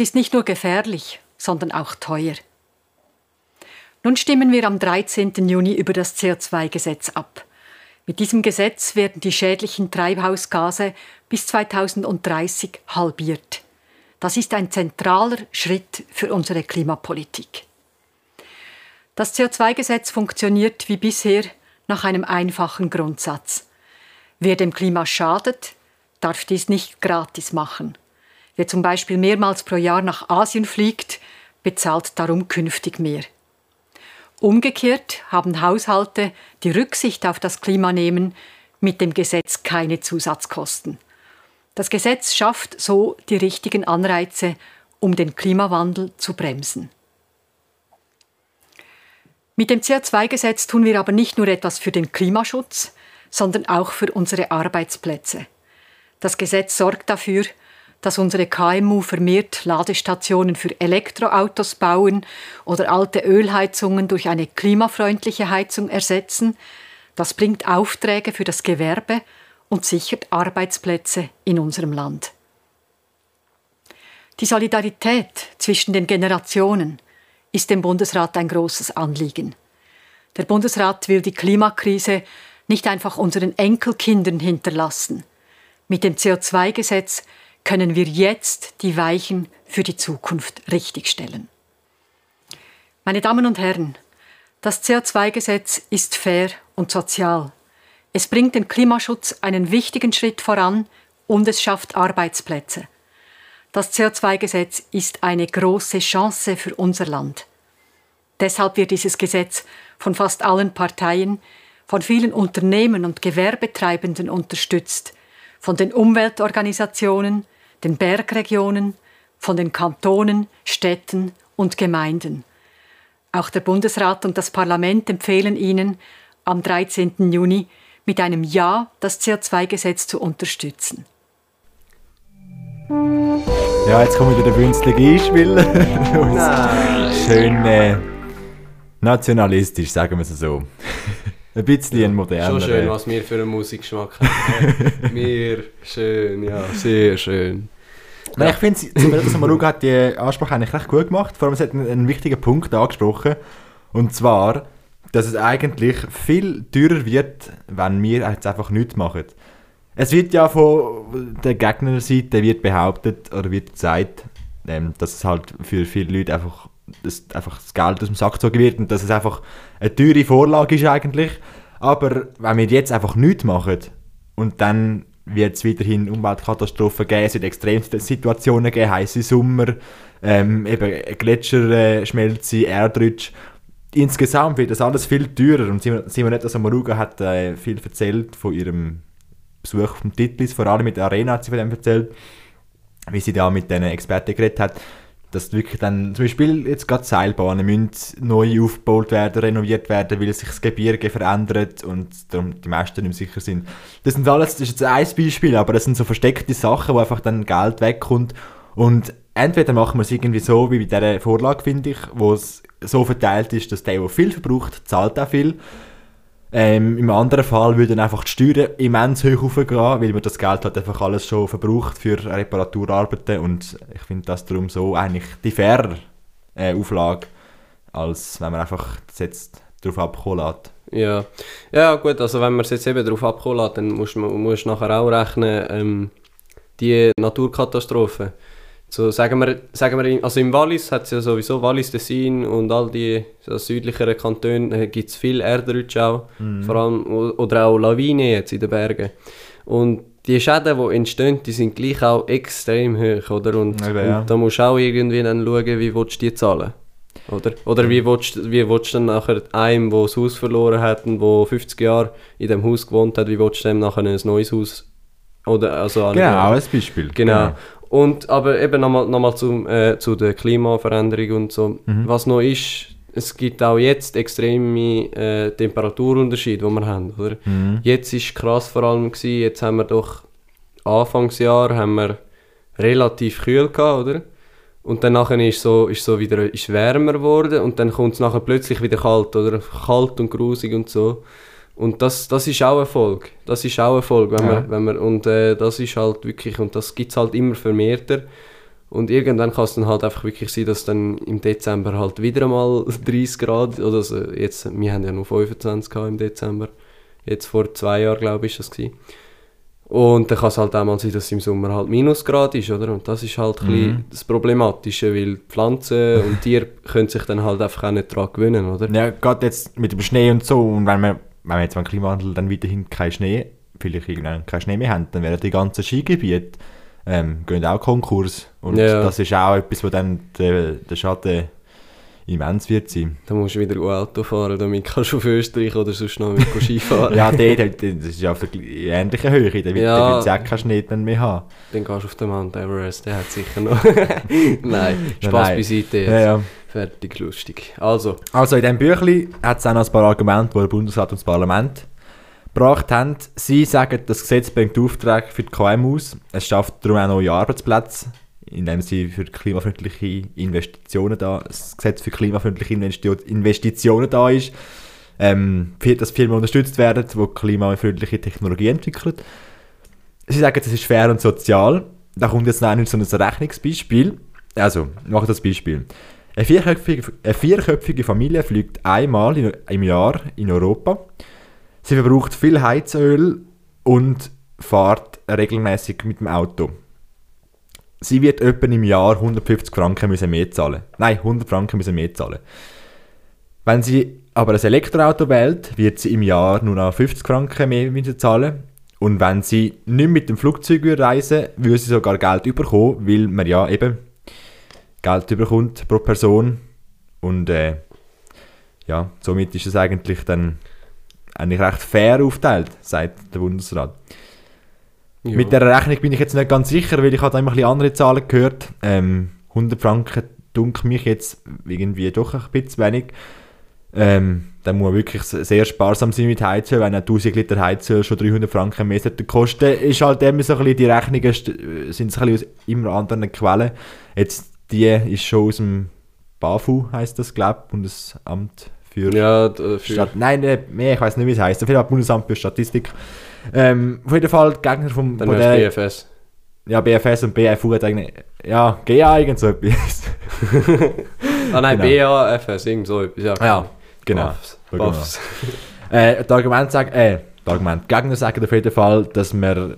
am 13. Juni über das CO2-Gesetz ab. Mit diesem Gesetz werden die schädlichen Treibhausgase bis 2030 halbiert. Das ist ein zentraler Schritt für unsere Klimapolitik. Das CO2-Gesetz funktioniert wie bisher nach einem einfachen Grundsatz. Wer dem Klima schadet, darf dies nicht gratis machen. Wer zum Beispiel mehrmals pro Jahr nach Asien fliegt, bezahlt darum künftig mehr. Umgekehrt haben Haushalte, die Rücksicht auf das Klima nehmen, mit dem Gesetz keine Zusatzkosten. Das Gesetz schafft so die richtigen Anreize, um den Klimawandel zu bremsen. Mit dem CO2-Gesetz tun wir aber nicht nur etwas für den Klimaschutz, sondern auch für unsere Arbeitsplätze. Das Gesetz sorgt dafür, dass unsere KMU vermehrt Ladestationen für Elektroautos bauen oder alte Ölheizungen durch eine klimafreundliche Heizung ersetzen. Das bringt Aufträge für das Gewerbe und sichert Arbeitsplätze in unserem Land. Die Solidarität zwischen den Generationen ist dem Bundesrat ein großes Anliegen. Der Bundesrat will die Klimakrise nicht einfach unseren Enkelkindern hinterlassen. Mit dem CO2-Gesetz können wir jetzt die Weichen für die Zukunft richtigstellen. Meine Damen und Herren, das CO2-Gesetz ist fair und sozial. Es bringt den Klimaschutz einen wichtigen Schritt voran und es schafft Arbeitsplätze. Das CO2-Gesetz ist eine große Chance für unser Land. Deshalb wird dieses Gesetz von fast allen Parteien, von vielen Unternehmen und Gewerbetreibenden unterstützt, von den Umweltorganisationen, den Bergregionen, von den Kantonen, Städten und Gemeinden. Auch der Bundesrat und das Parlament empfehlen Ihnen, am 13. Juni mit einem Ja das CO2-Gesetz zu unterstützen. Ja, jetzt kommt wieder der Bünzlig einspielen. Schön nationalistisch, sagen wir es so. Ein bisschen ein moderner. Schon schön, was wir für einen Musikgeschmack haben. Wir, schön, ja, sehr schön. Nein, ich finde, Samaruga hat die Ansprache eigentlich recht gut gemacht. Vor allem, sie hat einen wichtigen Punkt angesprochen. Und zwar, dass es eigentlich viel teurer wird, wenn wir jetzt einfach nichts machen. Es wird ja von der Gegnerseite wird behauptet oder wird gesagt, dass es halt für viele Leute einfach das Geld aus dem Sack gezogen wird und dass es einfach eine teure Vorlage ist eigentlich. Aber wenn wir jetzt einfach nichts machen und dann wird es weiterhin Umweltkatastrophen geben, es wird Extremsituationen geben, heisse Sommer, eben Gletscherschmelze, Erdrutsch. Insgesamt wird das alles viel teurer und Simonetta Sommaruga hat viel erzählt von ihrem Besuch vom Titlis, vor allem mit der Arena hat sie von dem erzählt, wie sie da mit den Experten geredet hat, dass wirklich dann zum Beispiel jetzt gerade Seilbahnen müssen neu aufgebaut werden, renoviert werden, weil sich das Gebirge verändert und darum die meisten nicht mehr sicher sind. Das ist jetzt ein Beispiel, aber das sind so versteckte Sachen, wo einfach dann Geld wegkommt und entweder machen wir es irgendwie so, wie bei dieser Vorlage, finde ich, wo es so verteilt ist, dass der viel verbraucht, zahlt auch viel. Im anderen Fall würden einfach die Steuern immens hoch raufgehen, weil man das Geld halt einfach alles schon verbraucht für Reparaturarbeiten und ich finde das darum so eigentlich die faire Auflage, als wenn man einfach das jetzt darauf abkommen lässt. Ja gut, also wenn man es jetzt eben darauf abkommen lässt, dann musst du nachher auch rechnen, die Naturkatastrophen. So, sagen wir, also im Wallis hat es ja sowieso Wallis, Tessin und all die so südlicheren Kantone gibt es viel Erdrutsche auch, vor allem, oder auch Lawinen jetzt in den Bergen. Und die Schäden, die entstehen, die sind gleich auch extrem hoch, oder? Und da musst du auch irgendwie dann schauen, wie willst du die zahlen, oder wie willst du dann nachher einem, der das Haus verloren hat und der 50 Jahre in dem Haus gewohnt hat, wie willst du dem nachher ein neues Haus, oder also genau, auch ein Beispiel. Genau. Und, aber eben nochmal zu der Klimaveränderung und so. Was noch ist, es gibt auch jetzt extreme Temperaturunterschiede, die wir haben, oder? Jetzt war es krass vor allem gewesen, jetzt haben wir doch Anfangsjahr haben wir relativ kühl gehabt, oder? Und dann nachher ist so wieder wärmer geworden und dann kommt es nachher plötzlich wieder kalt, oder? Kalt und grusig und so. Und das ist auch eine Folge. Das ist auch eine Folge, wenn man und das ist halt wirklich, und das gibt es halt immer vermehrter. Und irgendwann kann es dann halt einfach wirklich sein, dass dann im Dezember halt wieder mal 30 Grad, oder also jetzt, wir haben ja nur 25 im Dezember, jetzt vor 2 Jahren glaube ich, ist das gewesen. Und dann kann es halt auch mal sein, dass es im Sommer halt Minusgrad ist, oder? Und das ist halt ein bisschen das Problematische, weil Pflanzen und Tiere können sich dann halt einfach auch nicht daran gewöhnen, oder? Ja, gerade jetzt mit dem Schnee und so, und wenn wir jetzt beim Klimawandel dann weiterhin keinen Schnee, vielleicht irgendwann keinen Schnee mehr haben, dann werden die ganzen Skigebiete gehen auch Konkurs. Und das ist auch etwas, wo dann der Schaden immens wird sein. Da musst du wieder Auto fahren, damit kannst du auf Österreich oder sonst noch mit Skifahren. Ja, das ist ja auf der ähnlichen Höhe. Da wird es auch keinen Schnee mehr haben. Dann gehst du auf den Mount Everest, der hat sicher noch... Nein, Spaß beiseite jetzt. Ja. Fertig, lustig. Also in diesem Büchlein hat es auch noch ein paar Argumente, die der Bundesrat und das Parlament gebracht haben. Sie sagen, das Gesetz bringt Aufträge für die KMUs. Es schafft darum auch neue Arbeitsplätze, indem sie für klimafreundliche Investitionen das Gesetz für klimafreundliche Investitionen da ist. Dass Firmen unterstützt werden, die klimafreundliche Technologie entwickeln. Sie sagen, das ist fair und sozial. Da kommt jetzt noch so ein Rechnungsbeispiel. Also, ich mache das Beispiel. Eine vierköpfige Familie fliegt einmal im Jahr in Europa. Sie verbraucht viel Heizöl und fährt regelmäßig mit dem Auto. Sie wird etwa im Jahr 150 Franken mehr zahlen. Nein, 100 Franken mehr zahlen. Wenn sie aber ein Elektroauto wählt, wird sie im Jahr nur noch 50 Franken mehr zahlen. Und wenn sie nicht mit dem Flugzeug reisen würde, würde sie sogar Geld bekommen, weil man ja eben Geld bekommt pro Person. Und somit ist es eigentlich dann recht fair aufgeteilt, sagt der Bundesrat. Ja. Mit dieser Rechnung bin ich jetzt nicht ganz sicher, weil ich habe immer ein bisschen andere Zahlen gehört. 100 Franken dunkel mich jetzt irgendwie doch ein bisschen wenig. Dann muss man wirklich sehr sparsam sein mit Heizöl, wenn 1000 Liter Heizöl schon 300 Franken mehr kosten. Ist halt immer so ein bisschen, die Rechnungen sind ein bisschen aus immer anderen Quellen. Jetzt die ist schon aus dem BAFU, heisst das, glaube ich, Bundesamt für... Ja, Nein, ich weiß nicht, wie es heisst. Auf jeden Fall Bundesamt für Statistik. Auf jeden Fall die Gegner vom... Dann der BFS. Ja, BFS und BFU hat eigentlich... Ja, GA irgend so etwas. Nein, genau. BAFS, irgend so etwas. Ja, genau. BAFS. Die Gegner sagen auf jeden Fall, dass eine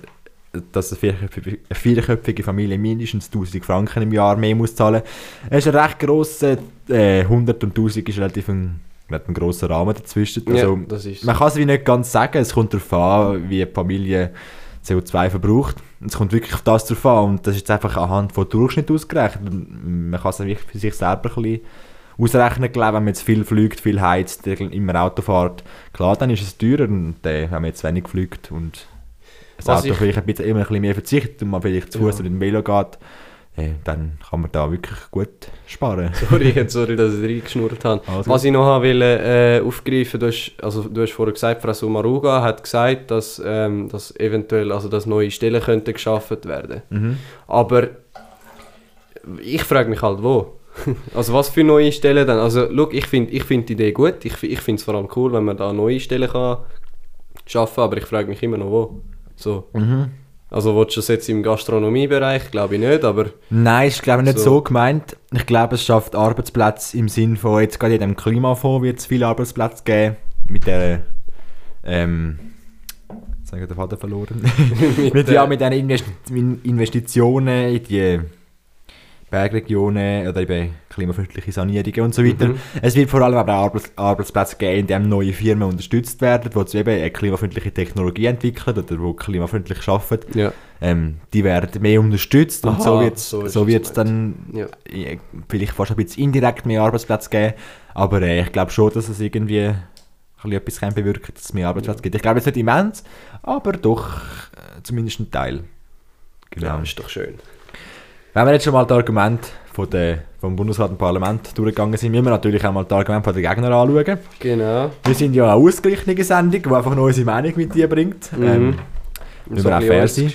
vierköpfige Familie mindestens 1000 Franken im Jahr mehr muss zahlen. Es ist ein recht grosser... 100 und 1000 ist relativ ein grosser Rahmen dazwischen. Also, das ist man kann es wie nicht ganz sagen. Es kommt darauf an, wie die Familie CO2 verbraucht. Es kommt wirklich auf das drauf an. Und das ist jetzt einfach anhand von Durchschnitt ausgerechnet. Man kann es wirklich für sich selber ein bisschen ausrechnen. Wenn man jetzt viel fliegt, viel heizt, immer Auto fährt, klar, dann ist es teurer. Und wenn man jetzt wenig fliegt und das Auto vielleicht immer ein bisschen mehr verzichtet und man vielleicht zu Fuß oder mit dem Velo geht, dann kann man da wirklich gut sparen. Sorry, dass ich reingeschnurrt habe. Also. Was ich noch wollte aufgreifen, du hast vorher gesagt, Frau Sommaruga hat gesagt, dass eventuell dass neue Stellen könnten geschaffen werden. Mhm. Aber ich frage mich halt, wo? Also was für neue Stellen dann? Also schau, ich find die Idee gut. Ich finde es vor allem cool, wenn man da neue Stellen kann schaffen, aber ich frage mich immer noch, wo. So. Mhm. Also willst du das jetzt im Gastronomiebereich? Glaube ich nicht, aber... Nein, ist glaube ich nicht so gemeint. Ich glaube, es schafft Arbeitsplätze im Sinne von, jetzt gerade in dem Klimafonds wird es viele Arbeitsplätze geben. Mit der... jetzt habe ich den Faden verloren. mit den Investitionen in die Bergregionen oder eben klimafreundliche Sanierungen und so weiter. Mhm. Es wird vor allem aber auch Arbeitsplätze geben, in denen neue Firmen unterstützt werden, die eben eine klimafreundliche Technologie entwickeln oder die klimafreundlich arbeiten. Ja. Die werden mehr unterstützt und so wird es dann vielleicht fast ein bisschen indirekt mehr Arbeitsplätze geben. Aber ich glaube schon, dass es irgendwie etwas bewirken kann, dass es mehr Arbeitsplätze gibt. Ich glaube, es ist nicht immens, aber doch zumindest ein Teil. Genau. Ja, ist doch schön. Wenn wir jetzt schon mal die Argumente vom Bundesrat und Parlament durchgegangen sind, müssen wir natürlich auch mal die Argumente der Gegner anschauen. Genau. Wir sind ja eine ausgeglichene Sendung, die einfach noch unsere Meinung mit dir bringt. Müssen wir auch fair sein.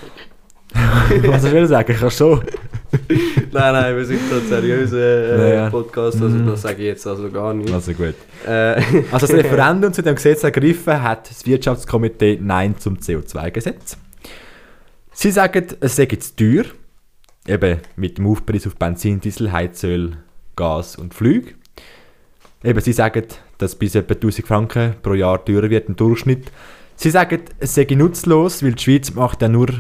Was soll ich sagen? Ich kann schon. Nein, wir sind ein seriöser Podcast, also das sage ich jetzt also gar nicht. Also gut. Also das Referendum zu dem Gesetz ergriffen hat das Wirtschaftskomitee Nein zum CO2-Gesetz. Sie sagen, es sei zu teuer. Eben mit dem Aufpreis auf Benzin, Diesel, Heizöl, Gas und Flüge. Eben, sie sagen, dass bis etwa 1000 Franken pro Jahr teurer wird im Durchschnitt. Sie sagen, es sei nutzlos, weil die Schweiz macht ja nur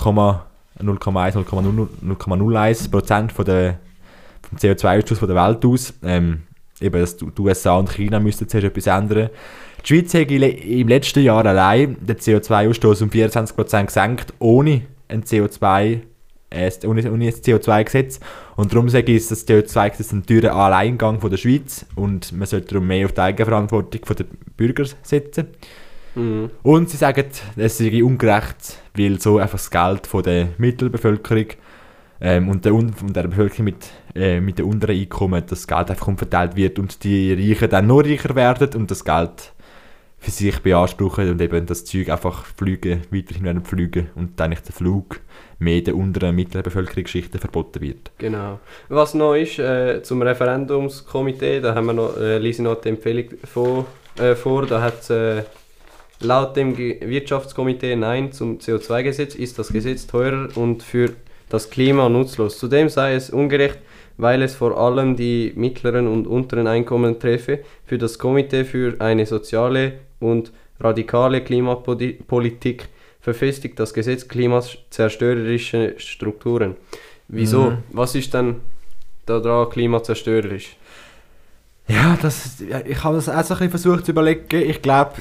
0,01% vom CO2-Ausstoß der Welt aus. Eben, die USA und China müssten zuerst etwas ändern. Die Schweiz hat im letzten Jahr allein den CO2-Ausstoß um 24% gesenkt, ohne einen CO2 ohne das CO2-Gesetz. Und darum sage ich, das CO2-Gesetz ein teurer Alleingang von der Schweiz und man sollte darum mehr auf die Eigenverantwortung der Bürger setzen. Mhm. Und sie sagen, es sei ungerecht, weil so einfach das Geld von der Mittelbevölkerung und der Bevölkerung mit den unteren Einkommen das Geld einfach umverteilt wird und die Reichen dann noch reicher werden und das Geld für sich beanspruchen und eben das Zeug einfach weiterhin werden fliegen und dann nicht der Flug mehr der unteren mittleren Bevölkerungsschichten verboten wird. Genau. Was noch ist, zum Referendumskomitee, da haben wir noch, lese ich noch die Empfehlung vor, da hat laut dem Wirtschaftskomitee Nein zum CO2-Gesetz ist das Gesetz teurer und für das Klima nutzlos. Zudem sei es ungerecht, weil es vor allem die mittleren und unteren Einkommen treffe. Für das Komitee für eine soziale und radikale Klimapolitik verfestigt das Gesetz klimazerstörerische Strukturen. Wieso? Mhm. Was ist denn daran klimazerstörerisch? Ja, ich habe das auch so ein bisschen versucht zu überlegen. Ich glaube,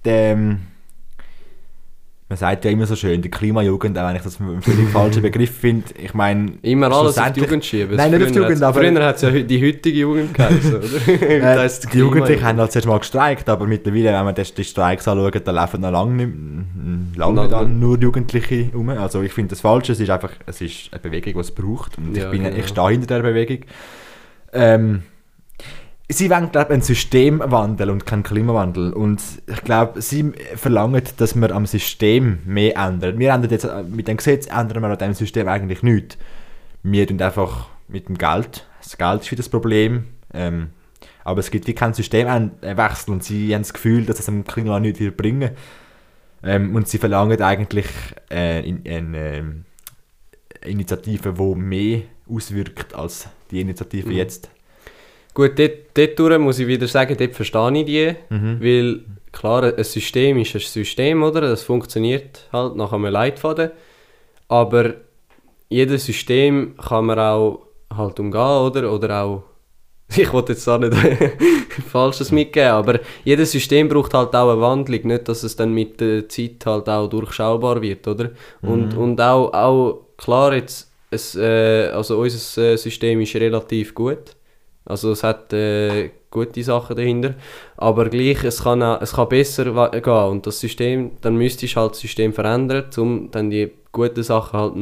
man sagt ja immer so schön, die Klimajugend, auch wenn ich das einen völlig falschen Begriff finde. Ich meine... Immer alles auf die Jugend schieben. Nein, nicht auf die Jugend, aber... Früher hat es ja die heutige Jugend geheißen, oder? Die Jugendlichen haben halt zuerst mal gestreikt, aber mittlerweile, wenn man die Streiks anschaut, dann laufen noch lange nicht nur Jugendliche rum. Also ich finde das falsch, es ist eine Bewegung, die es braucht und ja, ich stehe hinter der Bewegung. Sie wollen, glaube ich, einen Systemwandel und keinen Klimawandel. Und ich glaube, sie verlangen, dass wir am System mehr ändern. Wir ändern jetzt, mit dem Gesetz ändern wir an diesem System eigentlich nichts. Wir tun einfach mit dem Geld. Das Geld ist wieder das Problem. Aber es gibt wie keinen Systemwechsel und sie haben das Gefühl, dass es dem Klima nichts wird bringen. Und sie verlangen eigentlich eine Initiative, die mehr auswirkt als die Initiative jetzt. Gut, dort muss ich wieder sagen, dort verstehe ich die, weil klar, ein System ist ein System, oder? Das funktioniert halt nach einem Leitfaden, aber jedes System kann man auch halt umgehen, oder auch, ich wollte jetzt auch nicht Falsches mitgeben, aber jedes System braucht halt auch eine Wandlung, nicht, dass es dann mit der Zeit halt auch durchschaubar wird, oder? Und auch klar, jetzt, also unser System ist relativ gut. Also es hat gute Sachen dahinter, aber gleich, es kann besser gehen und das System, dann müsstest du halt das System verändern, um dann die guten Sachen halt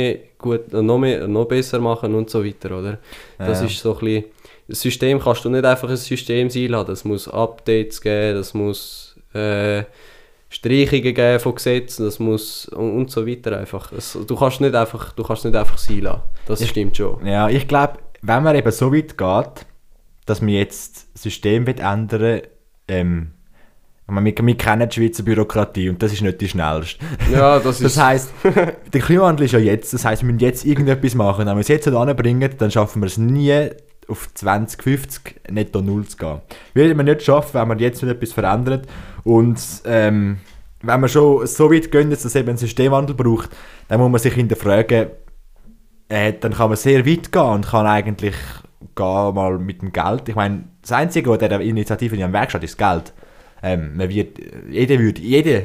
noch besser machen und so weiter, oder? Das ist so ein bisschen, das System kannst du nicht einfach ein System sein lassen, es muss Updates geben, es muss Streichungen geben von Gesetzen, das muss und so weiter einfach. Du kannst nicht einfach sein lassen, das stimmt schon. Ja, ich glaube, wenn man eben so weit geht, dass man jetzt das System ändern will, wir kennen die Schweizer Bürokratie und das ist nicht die schnellste. Ja, das heisst, der Klimawandel ist ja jetzt, das heisst, wir müssen jetzt irgendetwas machen. Wenn wir es jetzt nicht anbringen, dann schaffen wir es nie, auf 2050 netto null zu gehen. Würden wir nicht schaffen, wenn wir jetzt nicht etwas verändern. Und wenn wir schon so weit gehen, dass es eben einen Systemwandel braucht, dann muss man sich hinterfragen, dann kann man sehr weit gehen und kann eigentlich mal mit dem Geld. Ich meine, das Einzige, was dieser Initiative am Weg steht, ist das Geld. Jeder würde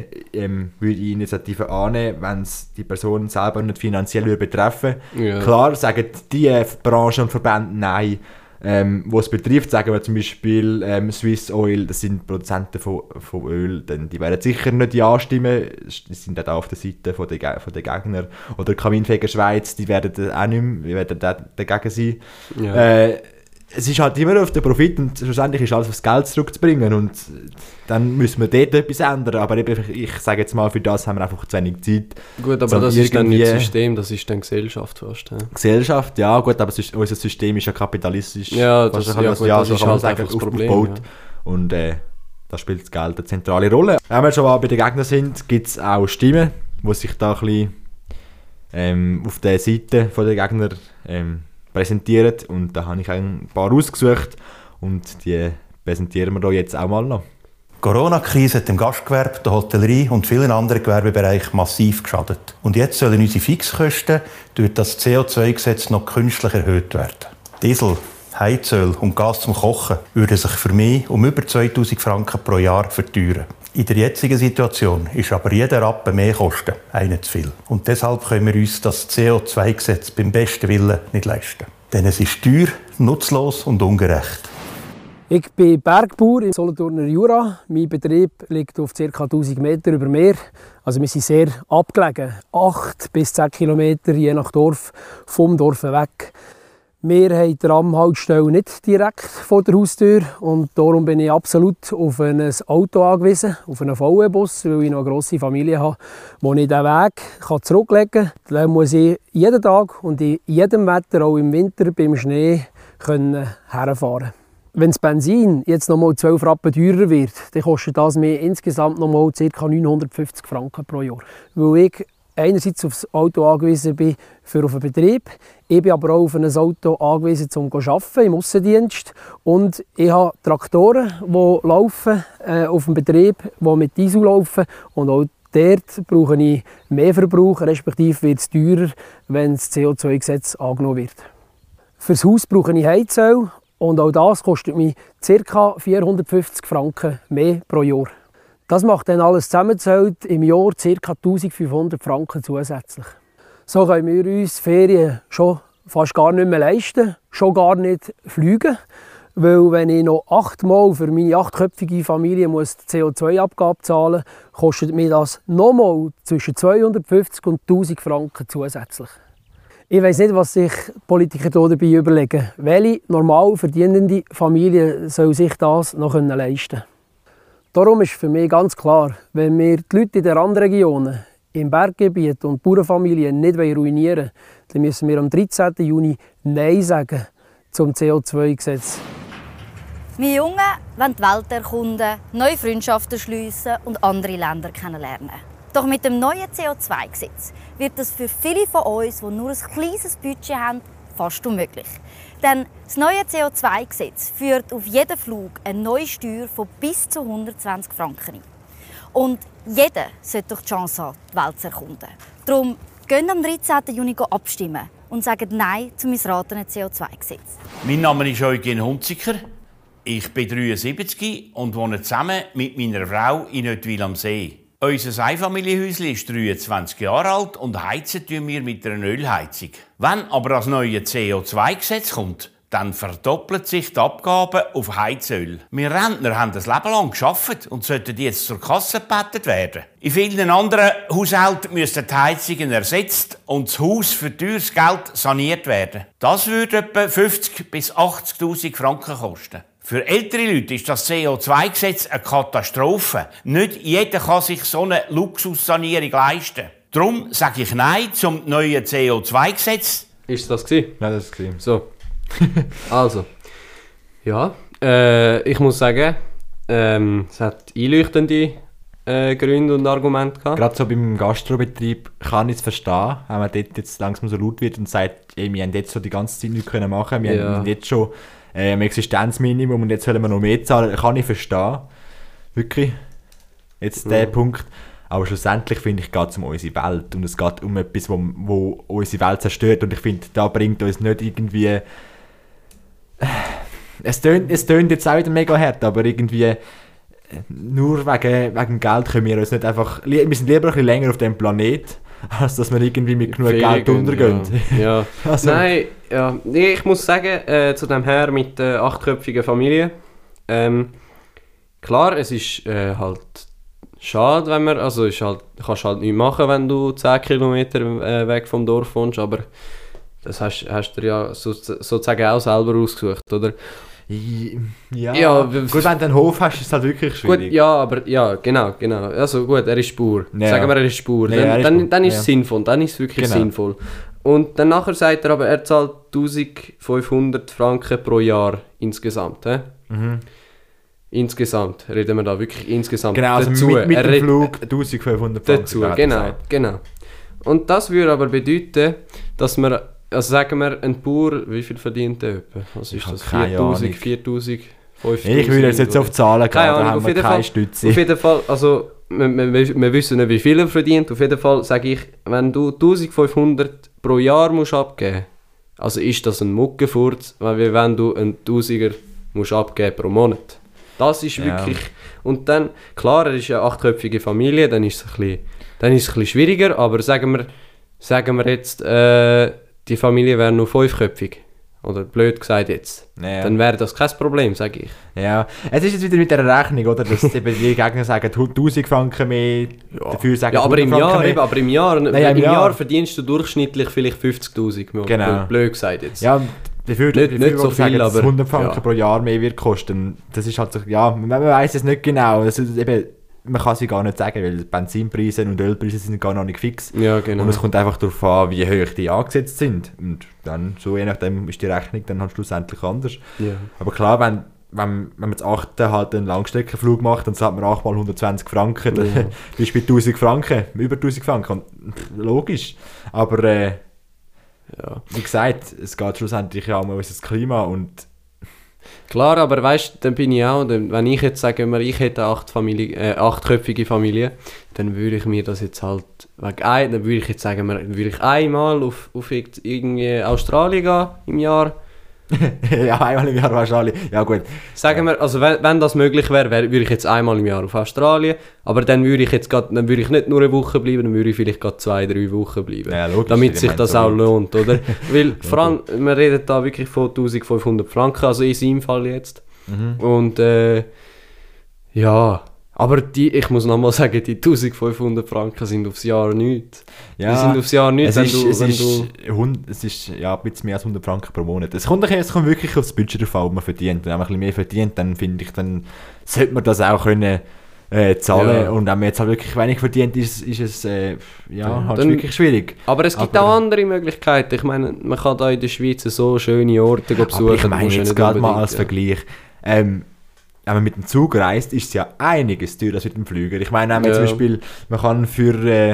die Initiative annehmen, wenn es die Person selber nicht finanziell betreffen würde. Ja. Klar sagen die Branchen und Verbände nein. Wo es betrifft, sagen wir zum Beispiel Swiss Oil, das sind Produzenten von Öl, denn die werden sicher nicht ja stimmen, die sind auch auf der Seite von den Gegnern. Oder Kaminfeger Schweiz, die werden auch nicht mehr, dagegen sein. Ja. Es ist halt immer auf den Profit und schlussendlich ist alles aufs Geld zurückzubringen und dann müssen wir dort etwas ändern, aber ich sage jetzt mal, für das haben wir einfach zu wenig Zeit. Gut, aber das ist dann nicht System, das ist dann Gesellschaft fast. Ja. Gesellschaft, ja gut, aber unser System ist ja kapitalistisch. Ja, das ist halt einfach das Problem. Ja. Und da spielt das Geld eine zentrale Rolle. Wenn wir schon mal bei den Gegnern sind, gibt es auch Stimmen, die sich da ein bisschen auf der Seite der Gegner präsentiert und da habe ich ein paar ausgesucht und die präsentieren wir hier jetzt auch mal noch. Die Corona-Krise hat dem Gastgewerbe, der Hotellerie und vielen anderen Gewerbebereichen massiv geschadet. Und jetzt sollen unsere Fixkosten durch das CO2-Gesetz noch künstlich erhöht werden. Diesel, Heizöl und Gas zum Kochen würden sich für mich um über 2000 Franken pro Jahr verteuern. In der jetzigen Situation ist aber jeder Rappen mehr Kosten einer zu viel. Und deshalb können wir uns das CO2-Gesetz beim besten Willen nicht leisten. Denn es ist teuer, nutzlos und ungerecht. Ich bin Bergbauer im Solothurner Jura. Mein Betrieb liegt auf ca. 1000 Meter über Meer. Also wir sind sehr abgelegen. 8 bis 10 Kilometer je nach Dorf vom Dorf weg. Wir haben die Tramhaltestelle nicht direkt vor der Haustür und darum bin ich absolut auf ein Auto angewiesen, auf einen VW-Bus, weil ich noch eine grosse Familie habe, wo ich diesen Weg zurücklegen kann. Dann muss ich jeden Tag und in jedem Wetter, auch im Winter, beim Schnee, herfahren. Wenn das Benzin jetzt noch mal 12 Rappen teurer wird, dann kostet das mir insgesamt noch mal ca. 950 Franken pro Jahr. Weil ich einerseits auf das Auto angewiesen bin für auf den Betrieb, ich bin aber auch auf ein Auto angewiesen, um zu arbeiten im Aussendienst. Und ich habe Traktoren, die laufen auf dem Betrieb, die mit Diesel laufen. Und auch dort brauche ich mehr Verbrauch, respektive wird es teurer, wenn das CO2-Gesetz angenommen wird. Für das Haus brauche ich Heizöl und auch das kostet mich ca. 450 Franken mehr pro Jahr. Das macht dann alles zusammengezählt im Jahr ca. 1500 Franken zusätzlich. So können wir uns Ferien schon fast gar nicht mehr leisten, schon gar nicht fliegen. Weil wenn ich noch 8-mal für meine 8-köpfige Familie die CO2-Abgabe zahlen muss, kostet mir das nochmal zwischen 250 und 1000 Franken zusätzlich. Ich weiss nicht, was sich Politiker dabei überlegen. Welche normal verdienende Familie soll sich das noch leisten können? Darum ist für mich ganz klar, wenn wir die Leute in den Randregionen, im Berggebiet und Bauernfamilien nicht ruinieren wollen, dann müssen wir am 13. Juni Nein sagen zum CO2-Gesetz. Wir Jungen wollen die Welt erkunden, neue Freundschaften schliessen und andere Länder kennenlernen. Doch mit dem neuen CO2-Gesetz wird es für viele von uns, die nur ein kleines Budget haben, fast unmöglich. Denn das neue CO2-Gesetz führt auf jeden Flug eine neue Steuer von bis zu 120 Franken ein. Und jeder sollte doch die Chance haben, die Welt zu erkunden. Darum gehen am 13. Juni abstimmen und sagen Nein zum missratenen CO2-Gesetz. Mein Name ist Eugen Hunziker. Ich bin 73 und wohne zusammen mit meiner Frau in Ottwil am See. Unser Einfamilienhäuschen ist 23 Jahre alt und heizen wir mit einer Ölheizung. Wenn aber das neue CO2-Gesetz kommt, dann verdoppelt sich die Abgabe auf Heizöl. Wir Rentner haben das Leben lang gearbeitet und sollten jetzt zur Kasse gebettet werden. In vielen anderen Haushalten müssten die Heizungen ersetzt und das Haus für teures Geld saniert werden. Das würde etwa 50.000 bis 80.000 Franken kosten. Für ältere Leute ist das CO2-Gesetz eine Katastrophe. Nicht jeder kann sich so eine Luxussanierung leisten. Darum sage ich Nein zum neuen CO2-Gesetz. Ist das gewesen? Ja, das war So. Also. Ja. Ich muss sagen, es hat einleuchtende Gründe und Argumente gehabt. Gerade so beim Gastrobetrieb kann ich es verstehen, wenn man dort jetzt langsam so laut wird und sagt, ey, wir haben jetzt schon die ganze Zeit nichts machen können, wir haben jetzt schon ein Existenzminimum und jetzt sollen wir noch mehr zahlen, kann ich verstehen. Wirklich. Jetzt der Punkt. Aber schlussendlich finde ich, geht es um unsere Welt und es geht um etwas, wo unsere Welt zerstört und ich finde, da bringt uns nicht irgendwie... Es tönt jetzt auch wieder mega hart, aber irgendwie nur wegen Geld können wir uns nicht einfach... Wir sind lieber ein bisschen länger auf diesem Planet, als dass wir irgendwie mit genug Geld untergehen. Ja. Also. Nein, ja. Ich muss sagen, zu dem Herr mit der 8-köpfigen Familie, klar, es ist halt schade, wenn man, also ist halt, kannst halt nichts machen, wenn du 10 Kilometer weg vom Dorf wohnst, aber das hast du ja sozusagen auch selber ausgesucht, oder? Ja, gut, wenn du einen Hof hast, ist es halt wirklich schwierig. Gut, ja, aber ja, genau. Also gut, er ist Bauer. Ja. Sagen wir, er ist Bauer. Dann ist es sinnvoll, dann ist es wirklich sinnvoll. Und dann nachher sagt er aber, er zahlt 1500 Franken pro Jahr insgesamt. Insgesamt, reden wir da wirklich insgesamt genau, also dazu. Mit dem Flug 1500 Franken dazu, genau. Und das würde aber bedeuten, dass wir, also sagen wir, ein Bauer, wie viel verdient der etwa? Was ist das? 4000, 4000, 5000? Ich würde jetzt auf Zahlen gehen, da haben wir keine Stütze. Auf jeden Fall, also wir wissen nicht, wie viel er verdient. Auf jeden Fall sage ich, wenn du 1500 pro Jahr musst abgeben, also ist das ein Muckenfurz, wenn du einen 1000er musst abgeben pro Monat. Das ist wirklich... Und dann, klar, er ist eine 8-köpfige Familie, dann ist es ein bisschen schwieriger, aber sagen wir jetzt, die Familie wäre nur 5-köpfig. Oder blöd gesagt jetzt. Ja. Dann wäre das kein Problem, sage ich. Ja, es ist jetzt wieder mit der Rechnung, oder? Dass eben die Gegner sagen 1000 Franken mehr, dafür sagen aber im Jahr, eben, aber im Jahr verdienst du durchschnittlich vielleicht 50'000. Genau. Blöd gesagt jetzt. Ja, dafür nicht so viel, sagen, dass aber 100 Franken pro Jahr mehr wird kosten. Das ist halt so, ja, man weiß es nicht genau. Das ist eben, man kann es gar nicht sagen, weil Benzinpreise und Ölpreise sind gar noch nicht fix. Ja, genau. Und es kommt einfach darauf an, wie hoch die angesetzt sind. Und dann, so je nachdem, ist die Rechnung dann halt schlussendlich anders. Ja. Aber klar, wenn man das 8. halt einen Langstreckenflug macht, dann zahlt man 8 mal 120 Franken, dann bist du bei 1000 Franken, über 1000 Franken. Und, logisch. Aber wie gesagt, es geht schlussendlich ja um unser Klima und klar, aber weißt du, dann bin ich auch, wenn ich jetzt sage, ich hätte eine 8-köpfige Familie, dann würde ich mir das jetzt halt, dann würde ich jetzt sagen, würde ich einmal auf irgendwie Australien gehen im Jahr. Ja, einmal im Jahr auf Australien, ja gut. Sagen wir, also wenn das möglich wäre, würde ich jetzt einmal im Jahr auf Australien, aber dann würde ich nicht nur eine Woche bleiben, dann würde ich vielleicht gerade 2-3 Wochen bleiben, ja, logisch, damit sich das auch lohnt, oder? Weil vor allem, wir reden da wirklich von 1500 Franken, also in seinem Fall jetzt. Und ja, aber ich muss nochmal sagen, die 1500 Franken sind aufs Jahr nichts. Ja, die sind aufs Jahr nichts, es ist ja, ein bisschen mehr als 100 Franken pro Monat. Es kommt wirklich aufs Budget drauf an, ob man verdient. Wenn man ein bisschen mehr verdient, dann finde ich, dann sollte man das auch können zahlen. Ja. Und wenn man jetzt halt wirklich wenig verdient, ist es halt dann, wirklich schwierig. Aber es gibt auch andere Möglichkeiten. Ich meine, man kann da in der Schweiz so schöne Orte besuchen. Aber ich meine jetzt gerade mal als Vergleich, wenn man mit dem Zug reist, ist es ja einiges teurer als mit dem Flüger. Ich meine, zum Beispiel, man kann für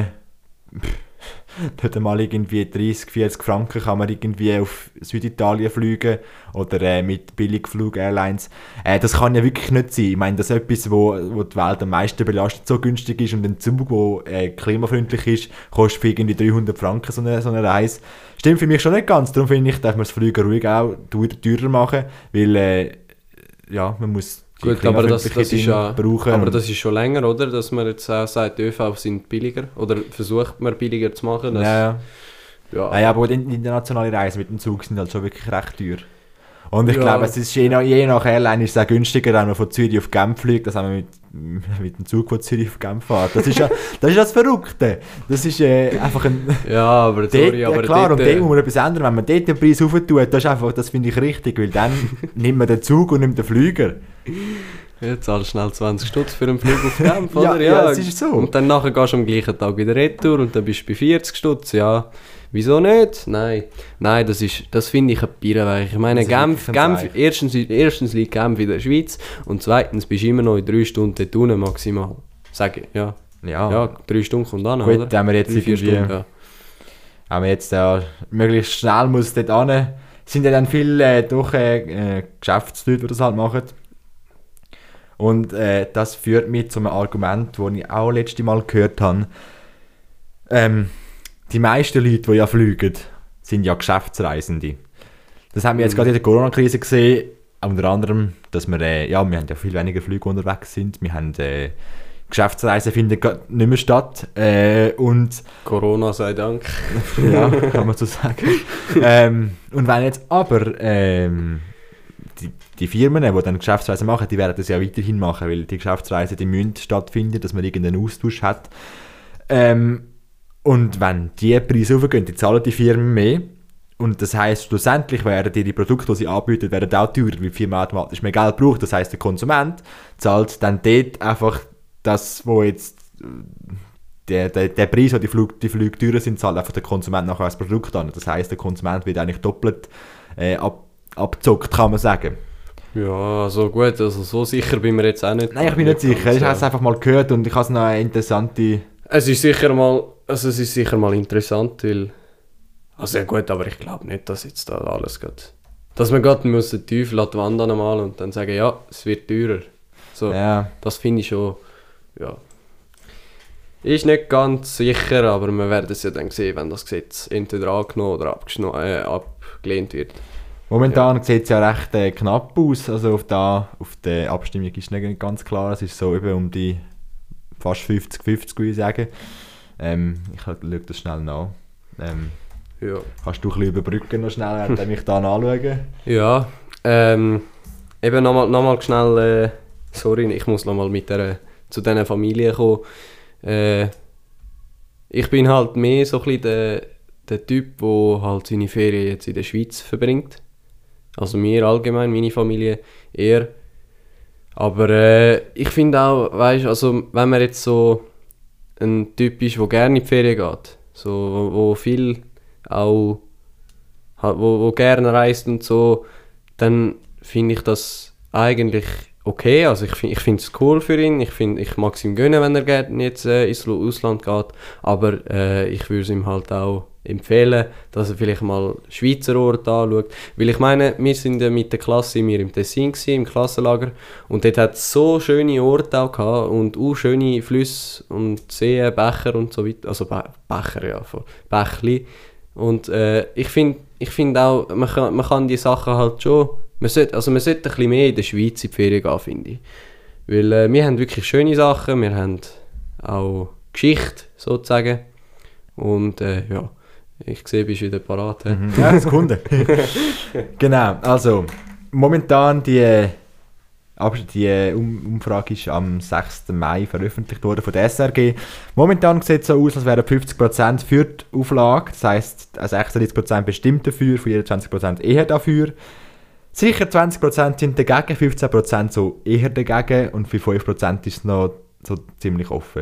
mal irgendwie 30-40 Franken kann man irgendwie auf Süditalien fliegen oder mit Billigflug-Airlines. Das kann ja wirklich nicht sein. Ich meine, das ist etwas, wo die Welt am meisten belastet, so günstig ist, und ein Zug, der klimafreundlich ist, kostet für irgendwie 300 Franken so eine Reise. Stimmt für mich schon nicht ganz. Darum finde ich, darf man das Fliegen ruhig auch teurer machen, weil man muss gut, aber das ist ja brauchen. Aber das ist schon länger, oder? Dass man jetzt auch sagt, die ÖV sind billiger. Oder versucht man billiger zu machen. Ja, aber die internationale Reisen mit dem Zug sind halt schon wirklich recht teuer. Und ich glaube, es ist je nach Airline ist es auch günstiger, wenn man von Zürich auf Genf fliegt, als wenn man mit dem Zug von Zürich auf Genf fährt. Das ist ja das Verrückte. Das ist einfach ein... Ja, aber sorry, aber klar, und dem muss man etwas ändern. Wenn man dort den Preis rauftut, das finde ich richtig, weil dann nimmt man den Zug und nimmt den Flüger. Jetzt zahlst schnell 20 Stutz für einen Flug auf Genf, oder? Ja, das ist so. Und dann nachher gehst du am gleichen Tag wieder retour und dann bist du bei 40 Stutz, ja. Wieso nicht? Nein, das finde ich ein Birrenweich. Ich meine, Genf erstens liegt Genf in der Schweiz und zweitens bist du immer noch in 3 Stunden dort unten maximal. Sag ich, ja. Ja, 3 Stunden kommt an, oder? Gut, wenn wir jetzt 3-4 Stunden, wenn wir jetzt möglichst schnell muss dort hin, sind ja dann viele Geschäftsleute, die das halt machen. Und das führt mich zu einem Argument, das ich auch letztes Mal gehört habe. Die meisten Leute, die ja fliegen, sind ja Geschäftsreisende. Das haben wir jetzt gerade in der Corona-Krise gesehen. Unter anderem, dass wir haben ja viel weniger Flüge unterwegs sind. Wir haben Geschäftsreisen finden nicht mehr statt. Und Corona sei Dank. Ja, kann man so sagen. Und wenn jetzt aber die Firmen, die dann Geschäftsreisen machen, die werden das ja weiterhin machen, weil die Geschäftsreisen, die müssen stattfinden, dass man irgendeinen Austausch hat. Und wenn die Preise raufgehen, die zahlen die Firmen mehr. Und das heisst, schlussendlich werden die Produkte, die sie anbieten, werden auch teurer, weil die Firma automatisch mehr Geld braucht. Das heisst, der Konsument zahlt dann dort einfach das, wo jetzt der Preis, wo die Flüge teurer sind, zahlt einfach der Konsument nachher als Produkt an. Das heisst, der Konsument wird eigentlich doppelt abgezockt, kann man sagen. Ja, also gut, also so sicher bin ich mir jetzt auch nicht. Nein, ich bin nicht sicher. Ich habe es einfach mal gehört und ich habe noch eine interessante... Es ist sicher mal interessant, weil... Also ja gut, aber ich glaube nicht, dass jetzt da alles geht. Dass man gerade den Teufel an die Wand anmalen und dann sagen, ja, es wird teurer. So, ja. Das finde ich schon... Ja. Ist nicht ganz sicher, aber wir werden es ja dann sehen, wenn das Gesetz entweder angenommen oder abgelehnt wird. Momentan sieht es ja recht knapp aus. Also auf der Abstimmung ist nicht ganz klar. Es ist so eben um die fast 50-50, würde ich sagen. Ich schaue das schnell nach. Ja. Kannst du ein bisschen überbrücken noch schnell, während ich da anschauen? Ja, eben nochmal schnell, sorry, ich muss nochmal zu diesen Familien kommen. Ich bin halt mehr so ein bisschen der Typ, der halt seine Ferien jetzt in der Schweiz verbringt. Also mir allgemein, meine Familie eher. Aber ich finde auch, weißt, also wenn man jetzt so ein Typ ist, der gerne in die Ferien geht, so, wo viel auch, wo gerne reist und so, dann finde ich das eigentlich okay. Also ich finde es cool für ihn. Ich mag es ihm gönnen, wenn er gerne jetzt ins Ausland geht. Aber ich würde es ihm halt auch empfehlen, dass er vielleicht mal Schweizer Orte anschaut. Weil ich meine, wir sind ja mit der Klasse im Tessin gewesen, im Klassenlager. Und dort hat es so schöne Orte auch gehabt und auch schöne Flüsse und Seen, Becher und so weiter. Also Becher, ja, Bächli. Und ich finde auch, man kann die Sachen halt schon, man sollte ein bisschen mehr in der Schweiz in die Ferien gehen, finde ich. Weil wir haben wirklich schöne Sachen, wir haben auch Geschichte, sozusagen. Und ja, ich sehe, bist du wieder parat. Ja, das Kunde. Genau, also momentan die Umfrage ist am 6. Mai veröffentlicht worden von der SRG. Momentan sieht es so aus, als wären 50% für die Auflage. Das heisst, 36% bestimmt dafür, 24% eher dafür. Sicher 20% sind dagegen, 15% so eher dagegen und für 5% ist es noch so ziemlich offen.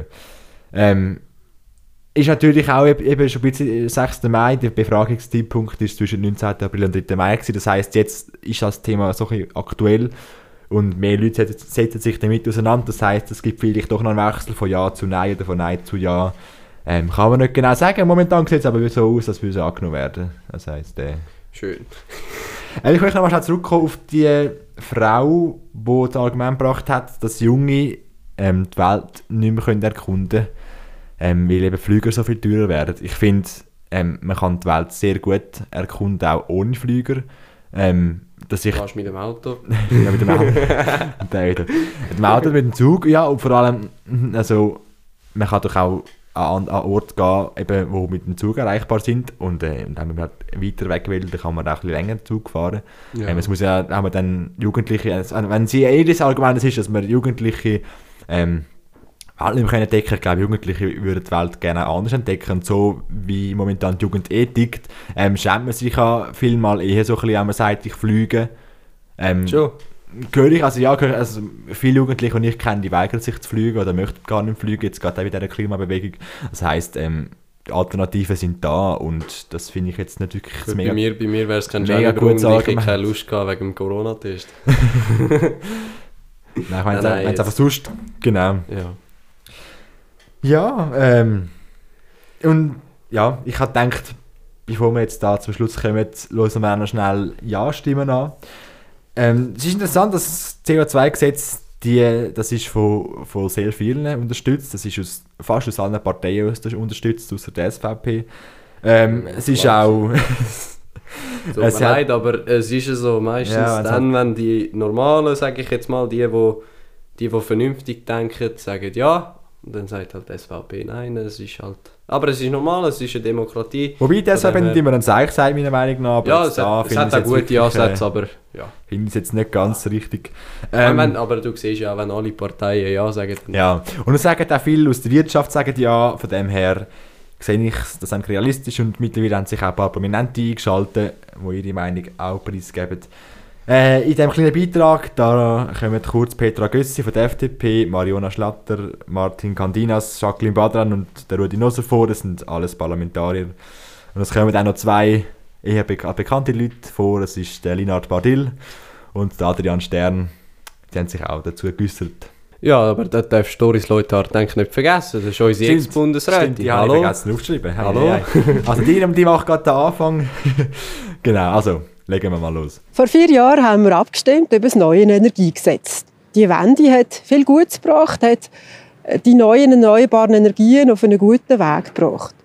Ist natürlich auch eben schon ein bisschen 6. Mai, der Befragungszeitpunkt ist zwischen 19. April und 3. Mai gewesen. Das heisst, jetzt ist das Thema so ein bisschen aktuell und mehr Leute setzen sich damit auseinander. Das heisst, es gibt vielleicht doch noch einen Wechsel von Ja zu Nein oder von Nein zu Ja. Kann man nicht genau sagen. Momentan sieht es aber so aus, als würde es angenommen werden. Das heisst, schön. Ich möchte noch mal zurückkommen auf die Frau, die das Argument gebracht hat, dass Junge die Welt nicht mehr erkunden können, weil eben Flüger so viel teurer werden. Ich finde, man kann die Welt sehr gut erkunden, auch ohne Flüger. Kannst mit dem Auto? Ja, mit dem Auto. Mit dem Auto, mit dem Zug, ja, und vor allem, also, man kann doch auch an Orte gehen, eben, die mit dem Zug erreichbar sind und wenn man halt weiter weg will, dann kann man auch ein bisschen länger Zug fahren. Ja. Es muss ja, haben wir dann Jugendliche, wenn sie jedes Argument ist, dass man Jugendliche Welt nicht mehr entdecken können. Ich glaube, Jugendliche würden die Welt gerne anders entdecken. Und so wie momentan die Jugend tickt, schämt man sich ja vielmal eher so ein bisschen, wenn man sagt, ich fliege. Schon? Höre ich, also viele Jugendliche, die ich kenne, die weigern sich zu fliegen oder möchten gar nicht fliegen, jetzt gerade auch bei dieser Klimabewegung. Das heisst, die Alternativen sind da und das finde ich jetzt nicht wirklich bei mir wäre es kein mega Grund, ich hätte keine Lust gehabt wegen dem Corona-Test. Nein, ich meine es einfach sonst, genau. Ja, und ja, ich habe gedacht, bevor wir jetzt da zum Schluss kommen, hören wir noch schnell Ja-Stimmen an. Es ist interessant, dass das CO2-Gesetz, das ist von sehr vielen unterstützt. Das ist fast aus allen Parteien unterstützt, außer der SVP. Es ist auch... Tut mir leid, aber es ist ja so, meistens ja, dann, wenn die Normalen, sage ich jetzt mal, die vernünftig denken, sagen ja, und dann sagt halt die SVP nein, es ist halt... Aber es ist normal, es ist eine Demokratie. Wobei die SVP nicht immer ein Zeichen sagt, meiner Meinung nach. Aber ja, es hat auch gute Ansätze, aber ja. Finde ich es jetzt nicht ganz richtig. Aber du siehst ja, wenn alle Parteien Ja sagen. Ja, und es sagen auch viele aus der Wirtschaft sagen Ja, von dem her sehe ich das eigentlich realistisch und mittlerweile haben sich auch ein paar Prominente eingeschaltet, die ihre Meinung auch preisgeben. In diesem kleinen Beitrag da kommen kurz Petra Gössi von der FDP, Mariona Schlatter, Martin Candinas, Jacqueline Badran und der Rudi Noser vor. Das sind alles Parlamentarier. Und es kommen auch noch zwei eher bekannte Leute vor. Das ist der Linard Bardil und der Adrian Stern. Die haben sich auch dazu geäußert. Ja, aber das darfst du Doris Leuthard nicht vergessen. Das ist unsere Ex-Bundesrätin. Die habe ich vergessen aufzuschreiben. Hallo. Also die macht gerade den Anfang. Genau, also... Legen wir mal los. Vor 4 Jahren haben wir abgestimmt über das neue Energiegesetz. Die Wende hat viel Gutes gebracht, hat die neuen erneuerbaren Energien auf einen guten Weg gebracht.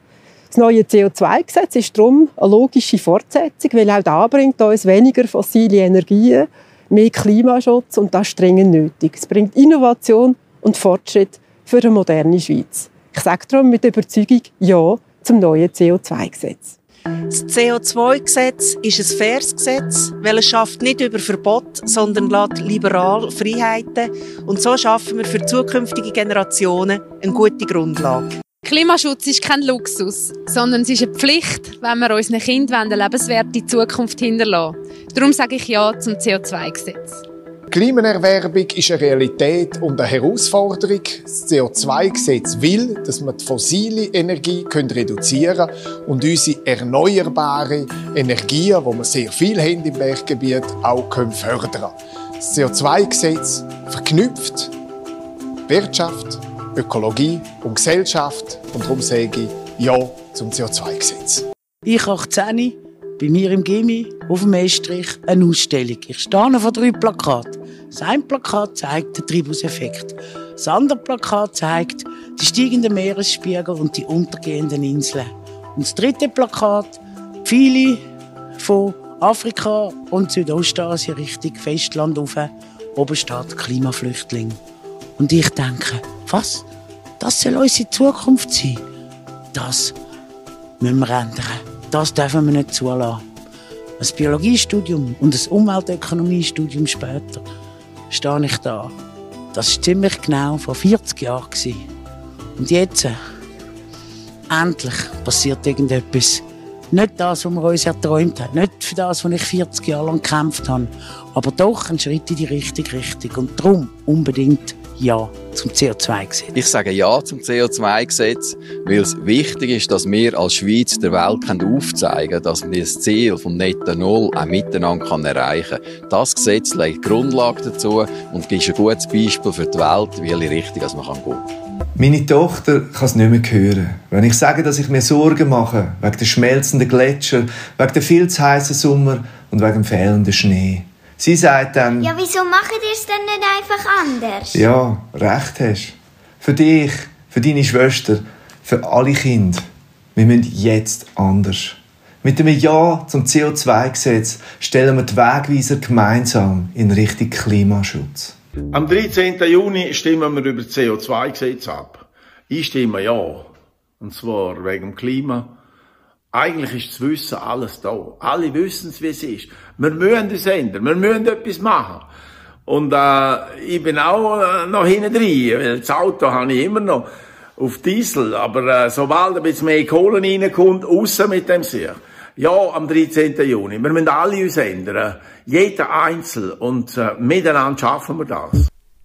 Das neue CO2-Gesetz ist darum eine logische Fortsetzung, weil auch da bringt uns weniger fossile Energien, mehr Klimaschutz und das ist dringend nötig. Es bringt Innovation und Fortschritt für eine moderne Schweiz. Ich sage darum mit Überzeugung Ja zum neuen CO2-Gesetz. Das CO2-Gesetz ist ein faires Gesetz, weil es schafft nicht über Verbot, sondern lässt liberal Freiheiten. Und so schaffen wir für zukünftige Generationen eine gute Grundlage. Klimaschutz ist kein Luxus, sondern es ist eine Pflicht, wenn wir unseren Kindern eine lebenswerte Zukunft hinterlassen. Darum sage ich Ja zum CO2-Gesetz. Klimaerwärmung ist eine Realität und eine Herausforderung. Das CO2-Gesetz will, dass wir die fossile Energie reduzieren können und unsere erneuerbaren Energien, die wir sehr viel haben im Berggebiet, auch fördern können. Das CO2-Gesetz verknüpft Wirtschaft, Ökologie und Gesellschaft. Und darum sage ich Ja zum CO2-Gesetz. Ich 18 bei mir im Gimmi auf dem Estrich eine Ausstellung. Ich stehe vor 3 Plakaten. Das eine Plakat zeigt den Treibhauseffekt. Das andere Plakat zeigt die steigenden Meeresspiegel und die untergehenden Inseln. Und das dritte Plakat viele von Afrika und Südostasien Richtung Festland rauf. Oben steht Klimaflüchtling. Und ich denke, was? Das soll unsere Zukunft sein. Das müssen wir ändern. Das dürfen wir nicht zulassen. Ein Biologiestudium und ein Umweltökonomiestudium später stehe ich da. Das war ziemlich genau vor 40 Jahren. Und jetzt, endlich, passiert irgendetwas. Nicht das, was wir uns erträumt haben. Nicht für das, was ich 40 Jahre lang gekämpft habe. Aber doch ein Schritt in die richtige Richtung. Und darum unbedingt Ja zum CO2-Gesetz. Ich sage Ja zum CO2-Gesetz, weil es wichtig ist, dass wir als Schweiz der Welt aufzeigen können, dass wir das Ziel vom Netto Null auch miteinander erreichen kann. Das Gesetz legt die Grundlage dazu und ist ein gutes Beispiel für die Welt, wie in Richtung man gehen kann. Meine Tochter kann es nicht mehr hören. Wenn ich sage, dass ich mir Sorgen mache, wegen der schmelzenden Gletscher, wegen der viel zu heißen Sommer und wegen dem fehlenden Schnee. Sie sagt dann... Ja, wieso macht ihr es denn nicht einfach anders? Ja, recht hast. Für dich, für deine Schwester, für alle Kinder. Wir müssen jetzt anders. Mit dem Ja zum CO2-Gesetz stellen wir die Wegweiser gemeinsam in Richtung Klimaschutz. Am 13. Juni stimmen wir über das CO2-Gesetz ab. Ich stimme Ja. Und zwar wegen dem Klima. Eigentlich ist das Wissen alles da. Alle wissen es, wie es ist. Wir müssen es ändern. Wir müssen etwas machen. Und ich bin auch noch hinten drin, weil das Auto habe ich immer noch auf Diesel. Aber sobald ein bisschen mehr Kohle reinkommt, raus mit dem Sieg. Ja, am 13. Juni. Wir müssen alle uns ändern. Jeder einzeln. Und miteinander schaffen wir das.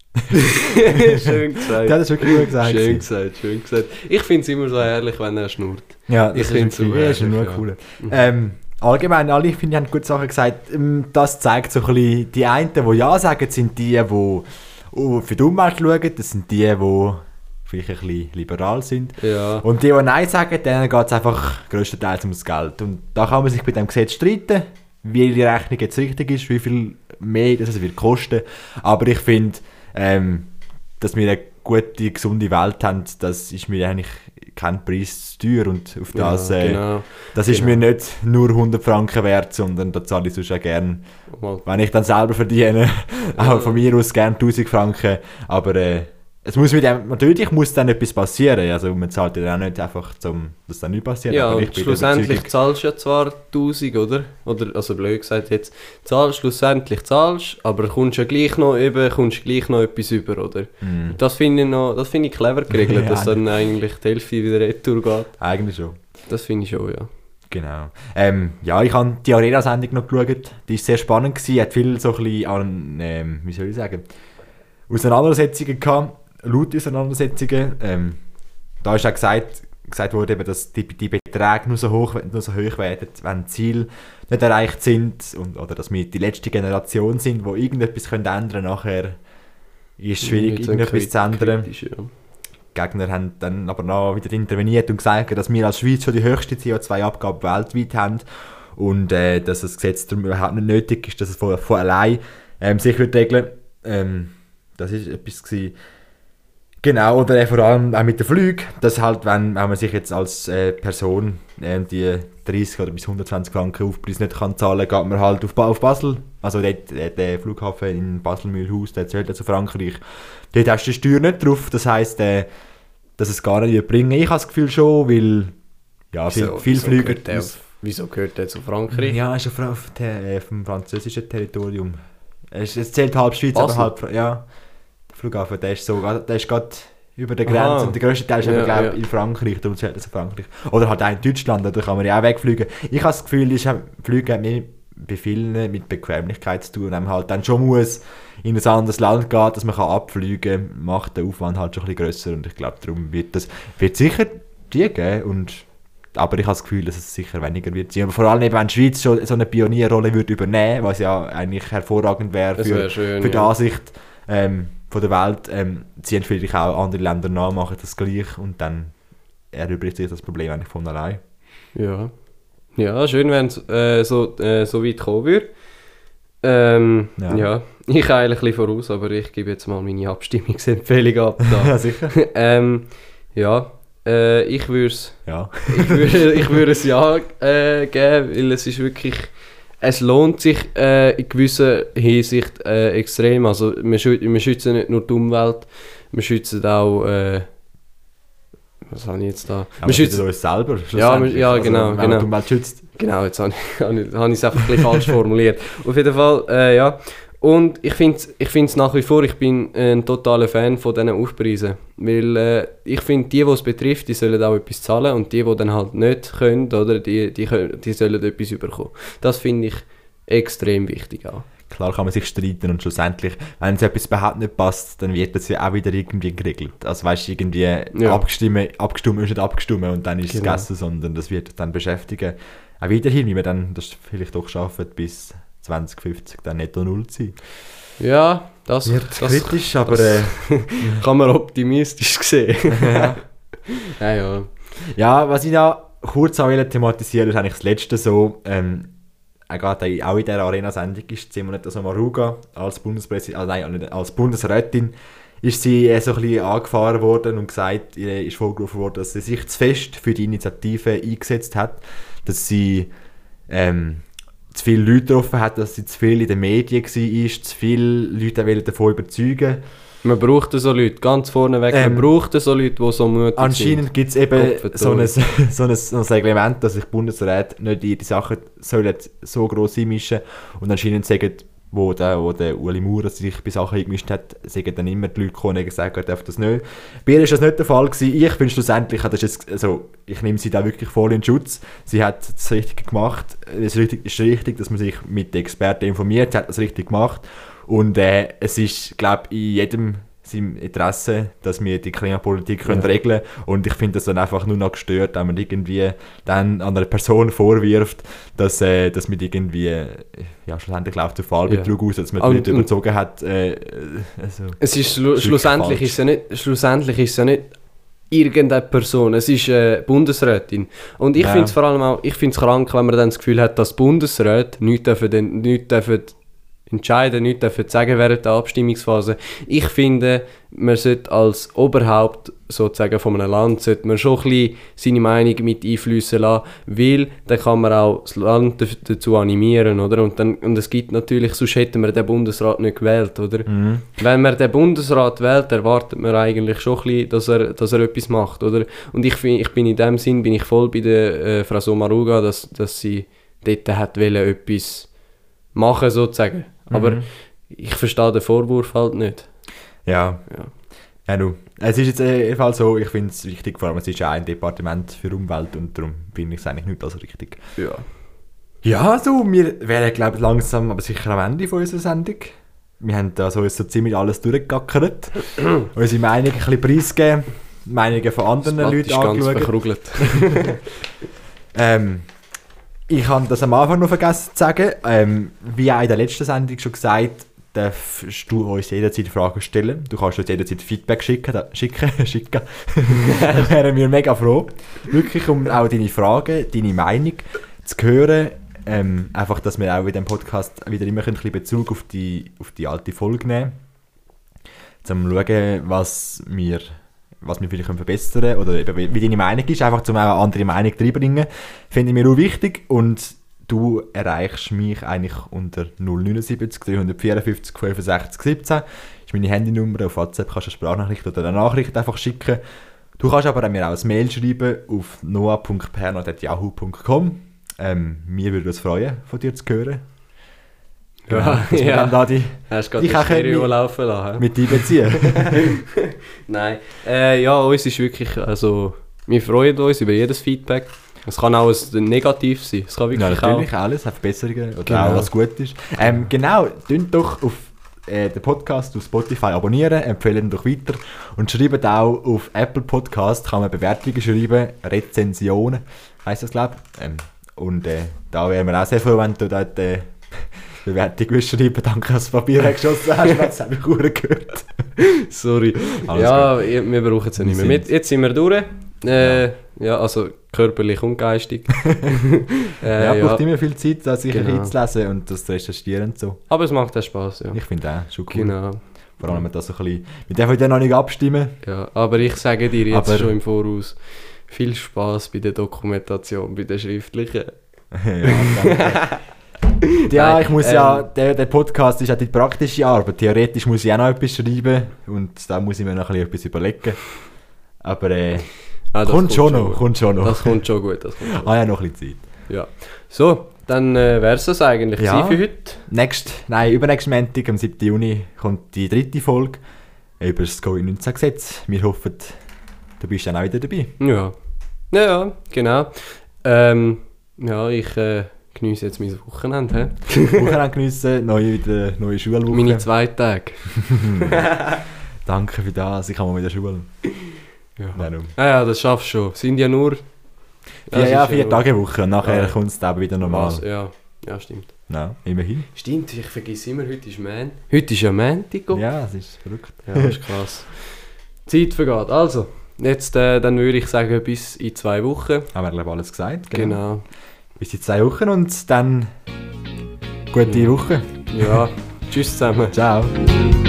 Schön gesagt. Ja, das ist wirklich gut gesagt. Schön gesagt, schön gesagt. Ich finde es immer so herrlich, wenn er schnurrt. Ja, das ist nur cool. Allgemein, alle finde ich, haben gute Sachen gesagt. Das zeigt so ein bisschen, die einen, die Ja sagen, sind die für die Umwelt schauen. Das sind die vielleicht ein bisschen liberal sind. Ja. Und die Nein sagen, denen geht es einfach grösstenteils ums Geld. Und da kann man sich bei dem Gesetz streiten, wie die Rechnung jetzt richtig ist, wie viel mehr das wird kosten. Aber ich finde, dass wir eine gute, gesunde Welt haben, das ist mir eigentlich kein Preis zu teuer. Und auf das, das ist mir nicht nur 100 Franken wert, sondern da zahle ich sonst auch gerne, wenn ich dann selber verdiene, auch von mir aus gerne 1000 Franken. Aber es muss natürlich muss dann etwas passieren. Also man zahlt ja auch nicht einfach, dass dann nichts passiert. Ja, und schlussendlich zahlst du ja zwar 1000, oder? Also blöd gesagt jetzt, schlussendlich zahlst, aber kommst ja gleich noch etwas über, oder? Mm. Das finde ich clever geregelt, dass dann eigentlich die Hälfte wieder retour geht. Eigentlich schon. Das finde ich schon, ja. Genau. Ja, ich habe die Arena-Sendung noch geschaut. Die war sehr spannend gewesen. Hat viel so ein bisschen an, wie soll ich sagen, Auseinandersetzungen gehabt. Laut Auseinandersetzungen. Da ist auch gesagt worden, eben, dass die Beträge nur so hoch werden, wenn die Ziele nicht erreicht sind oder dass wir die letzte Generation sind, die irgendetwas ändern können. Nachher ist es schwierig, irgendetwas zu ändern. Kritisch, ja. Die Gegner haben dann aber noch wieder interveniert und gesagt, dass wir als Schweiz schon die höchste CO2-Abgabe weltweit haben und dass das Gesetz darum überhaupt nicht nötig ist, dass es von allein sich regeln wird. Das war etwas gewesen. Genau, oder vor allem auch mit den Flügen, dass halt, wenn man sich jetzt als Person die 30 oder bis 120 Franken Aufpreis nicht kann zahlen kann, geht man halt auf Basel, also der Flughafen in Basel-Mühlhaus, der zählt zu Frankreich, dort hast du die Steuer nicht drauf, das heisst, dass es gar nicht bringen. Ich habe das Gefühl schon, weil ja, viel Flüge... Wieso gehört der zu Frankreich? Ja, ist auf dem französischen Territorium. Es zählt halb Schweiz, Basel? aber halb... Ja, der Flughafen, der ist gerade über der Grenze und der grösste Teil ist in Frankreich, darum zählt es in Frankreich. Oder halt auch in Deutschland, da kann man ja auch wegfliegen. Ich habe das Gefühl, Flüge haben mehr bei vielen mit Bequemlichkeit zu tun, wenn man halt dann schon muss in ein anderes Land gehen, dass man abfliegen kann, macht der Aufwand halt schon ein bisschen grösser und ich glaube, darum wird sicher die geben aber ich habe das Gefühl, dass es sicher weniger wird sein. Aber vor allem, wenn die Schweiz schon so eine Pionierrolle würde übernehmen, was ja eigentlich hervorragend wäre für die Ansicht von der Welt, ziehen vielleicht auch andere Länder nach, machen das gleich und dann erübrigt sich das Problem eigentlich von allein. Ja, schön, wenn es so weit kommen würde. Ja, ich eile ein bisschen voraus, aber ich gebe jetzt mal meine Abstimmungsempfehlung ab. Ja, sicher. Ich würde es Ja geben, weil es ist wirklich, es lohnt sich in gewisser Hinsicht extrem. Also wir schützen nicht nur die Umwelt, wir schützen auch was habe ich jetzt da? Wir schützen uns selber. Ja, genau. Wenn man die Umwelt schützt. Genau, jetzt habe ich es einfach ein bisschen falsch formuliert. Auf jeden Fall, ja. Und ich find's nach wie vor, ich bin ein totaler Fan von diesen Aufpreisen. Weil ich finde, die es betrifft, die sollen auch etwas zahlen und die dann halt nicht können, oder, die sollen etwas bekommen. Das finde ich extrem wichtig auch. Klar kann man sich streiten und schlussendlich, wenn es etwas überhaupt nicht passt, dann wird das ja auch wieder irgendwie geregelt. Also weißt du, irgendwie abgestimmt ist nicht abgestimmt und dann ist es gegessen, sondern das wird dann beschäftigen. Auch weiterhin, wie wir dann das vielleicht doch schaffen, bis 2050 dann netto null zu sein. Ja, das wird kritisch, aber kann man optimistisch sehen. Ja, was ich noch kurz auch thematisieren ist eigentlich das Letzte so, auch in dieser Arena-Sendung ist Simonetta Sommaruga als als Bundesrätin ist sie so ein bisschen angefahren worden und gesagt, ihr ist vorgeworfen worden, dass sie sich zu fest für die Initiative eingesetzt hat, dass sie zu viele Leute getroffen hat, dass sie zu viel in den Medien war, zu viele Leute davon überzeugen. Man braucht so Leute, ganz vorneweg, man braucht so Leute, die so mutig sind. Anscheinend gibt es eben so ein Reglement, dass sich Bundesräte nicht in die Sachen so gross einmischen und anscheinend sagen, wo der Uli Maurer sich bei Sachen eingemischt hat, sagen dann immer die Leute gekommen und gesagt, er darf das nicht. Bei ihr war das nicht der Fall gewesen. Ich finde schlussendlich, ich nehme sie da wirklich voll in Schutz. Sie hat das richtig gemacht. Es ist richtig, dass man sich mit den Experten informiert. Sie hat das richtig gemacht. Und es ist, glaube ich, in jedem seinem Interesse, dass wir die Klimapolitik regeln können. Und ich finde das dann einfach nur noch gestört, wenn man irgendwie dann an einer Person vorwirft, dass man irgendwie, schlussendlich läuft der Fallbetrug aus, dass man die nicht überzogen hat. Es ist schlussendlich ist es ja nicht irgendeine Person, es ist eine Bundesrätin. Und ich finde es vor allem auch, krank, wenn man dann das Gefühl hat, dass Bundesräte nichts dürfen entscheiden, nichts dürfen sagen während der Abstimmungsphase. Ich finde, man sollte als Oberhaupt sozusagen von einem Land sollte man schon ein bisschen seine Meinung mit einfließen lassen, weil dann kann man auch das Land dazu animieren, oder? Und es gibt natürlich, sonst hätten wir den Bundesrat nicht gewählt, oder? Mhm. Wenn man den Bundesrat wählt, erwartet man eigentlich schon ein bisschen, dass er etwas macht, oder? Und ich bin in dem Sinn voll bei der Frau Sommaruga, dass sie dort etwas machen sozusagen. Aber ich verstehe den Vorwurf halt nicht. Ja, du. Es ist jetzt jedenfalls so, ich finde es wichtig, vor allem es ist ja ein Departement für Umwelt und darum finde ich es eigentlich nicht so richtig. Ja, so, wir wären glaube ich langsam, aber sicher am Ende von unserer Sendung. Wir haben da so ziemlich alles durchgegackert, unsere Meinung ein bisschen preisgegeben, Meinungen von anderen Leuten angeschaut. Ganz verkrugelt. Ich habe das am Anfang noch vergessen zu sagen. Wie auch in der letzten Sendung schon gesagt, darfst du uns jederzeit Fragen stellen. Du kannst uns jederzeit Feedback schicken. Da wären wir mega froh. Wirklich, um auch deine Fragen, deine Meinung zu hören. Einfach, dass wir auch in diesem Podcast wieder immer ein bisschen Bezug auf die alte Folge nehmen. zum schauen, was wir vielleicht verbessern können oder eben, wie deine Meinung ist, einfach zum auch eine andere Meinung reinbringen, finde ich mir auch wichtig. Und du erreichst mich eigentlich unter 079 354 65 17. Das ist meine Handynummer. Auf WhatsApp kannst du eine Sprachnachricht oder eine Nachricht einfach schicken. Du kannst aber mir auch ein Mail schreiben auf noah.pernod@yahoo.com. Mir würde es freuen, von dir zu hören. Ja, dass wir dann da hast du gerade das Stereo laufen lassen? Mit einbeziehen. Nein, ja, uns ist wirklich, also wir freuen uns über jedes Feedback. Es kann auch negativ sein, es kann wirklich natürlich auch alles, Verbesserungen oder auch was gut ist. Genau, tönt doch auf den Podcast auf Spotify abonnieren, empfehlen doch weiter und schreibt auch auf Apple Podcast, kann man Bewertungen schreiben, Rezensionen, heisst das glaube ich. Und da wären wir auch sehr froh, wenn du dort Bewertung schreiben, danke, dass du das Papier geschossen hast, das habe ich auch gehört. Sorry. Ja, wir brauchen es ja nicht mehr. Jetzt sind wir durch. Ja, also körperlich und geistig. Braucht immer viel Zeit, das sicher einzulesen und das zu recherchieren und so. Aber es macht auch Spass, ja. Ich finde auch, schon cool. Genau. Vor allem das so ein bisschen, wir dürfen ja noch nicht abstimmen. Ja, aber ich sage dir jetzt schon im Voraus, viel Spass bei der Dokumentation, bei der schriftlichen. Ja, ich muss der Podcast ist ja die praktische Arbeit. Theoretisch muss ich auch noch etwas schreiben und da muss ich mir noch etwas überlegen. Aber kommt schon noch. Das kommt schon gut. Ja, noch ein bisschen Zeit. Ja. So, dann wäre es das eigentlich für heute. Übernächsten Montag, am 7. Juni, kommt die 3. Folge über das Covid-19-Gesetz. Wir hoffen, du bist dann auch wieder dabei. Ja, genau. Ich geniesse jetzt mein Wochenende. Wochenende geniessen, neue Schulwoche. Meine 2 Tage. Danke für das, ich kann mal wieder Schule. Ja, das schaffst du schon. Sind ja nur... 4 Tage Woche und nachher kommt es dann wieder normal. Ja, stimmt. Ja, immerhin. Stimmt, ich vergesse immer, heute ist Montag. Heute ist ja Montag. Ja, das ist verrückt. Ja, das ist krass. Die Zeit vergeht. Also, jetzt dann würde ich sagen, bis in 2 Wochen. Haben wir, glaube ich, alles gesagt. Genau. Bis in 2 Wochen und dann gute Woche. Ja, tschüss zusammen. Ciao.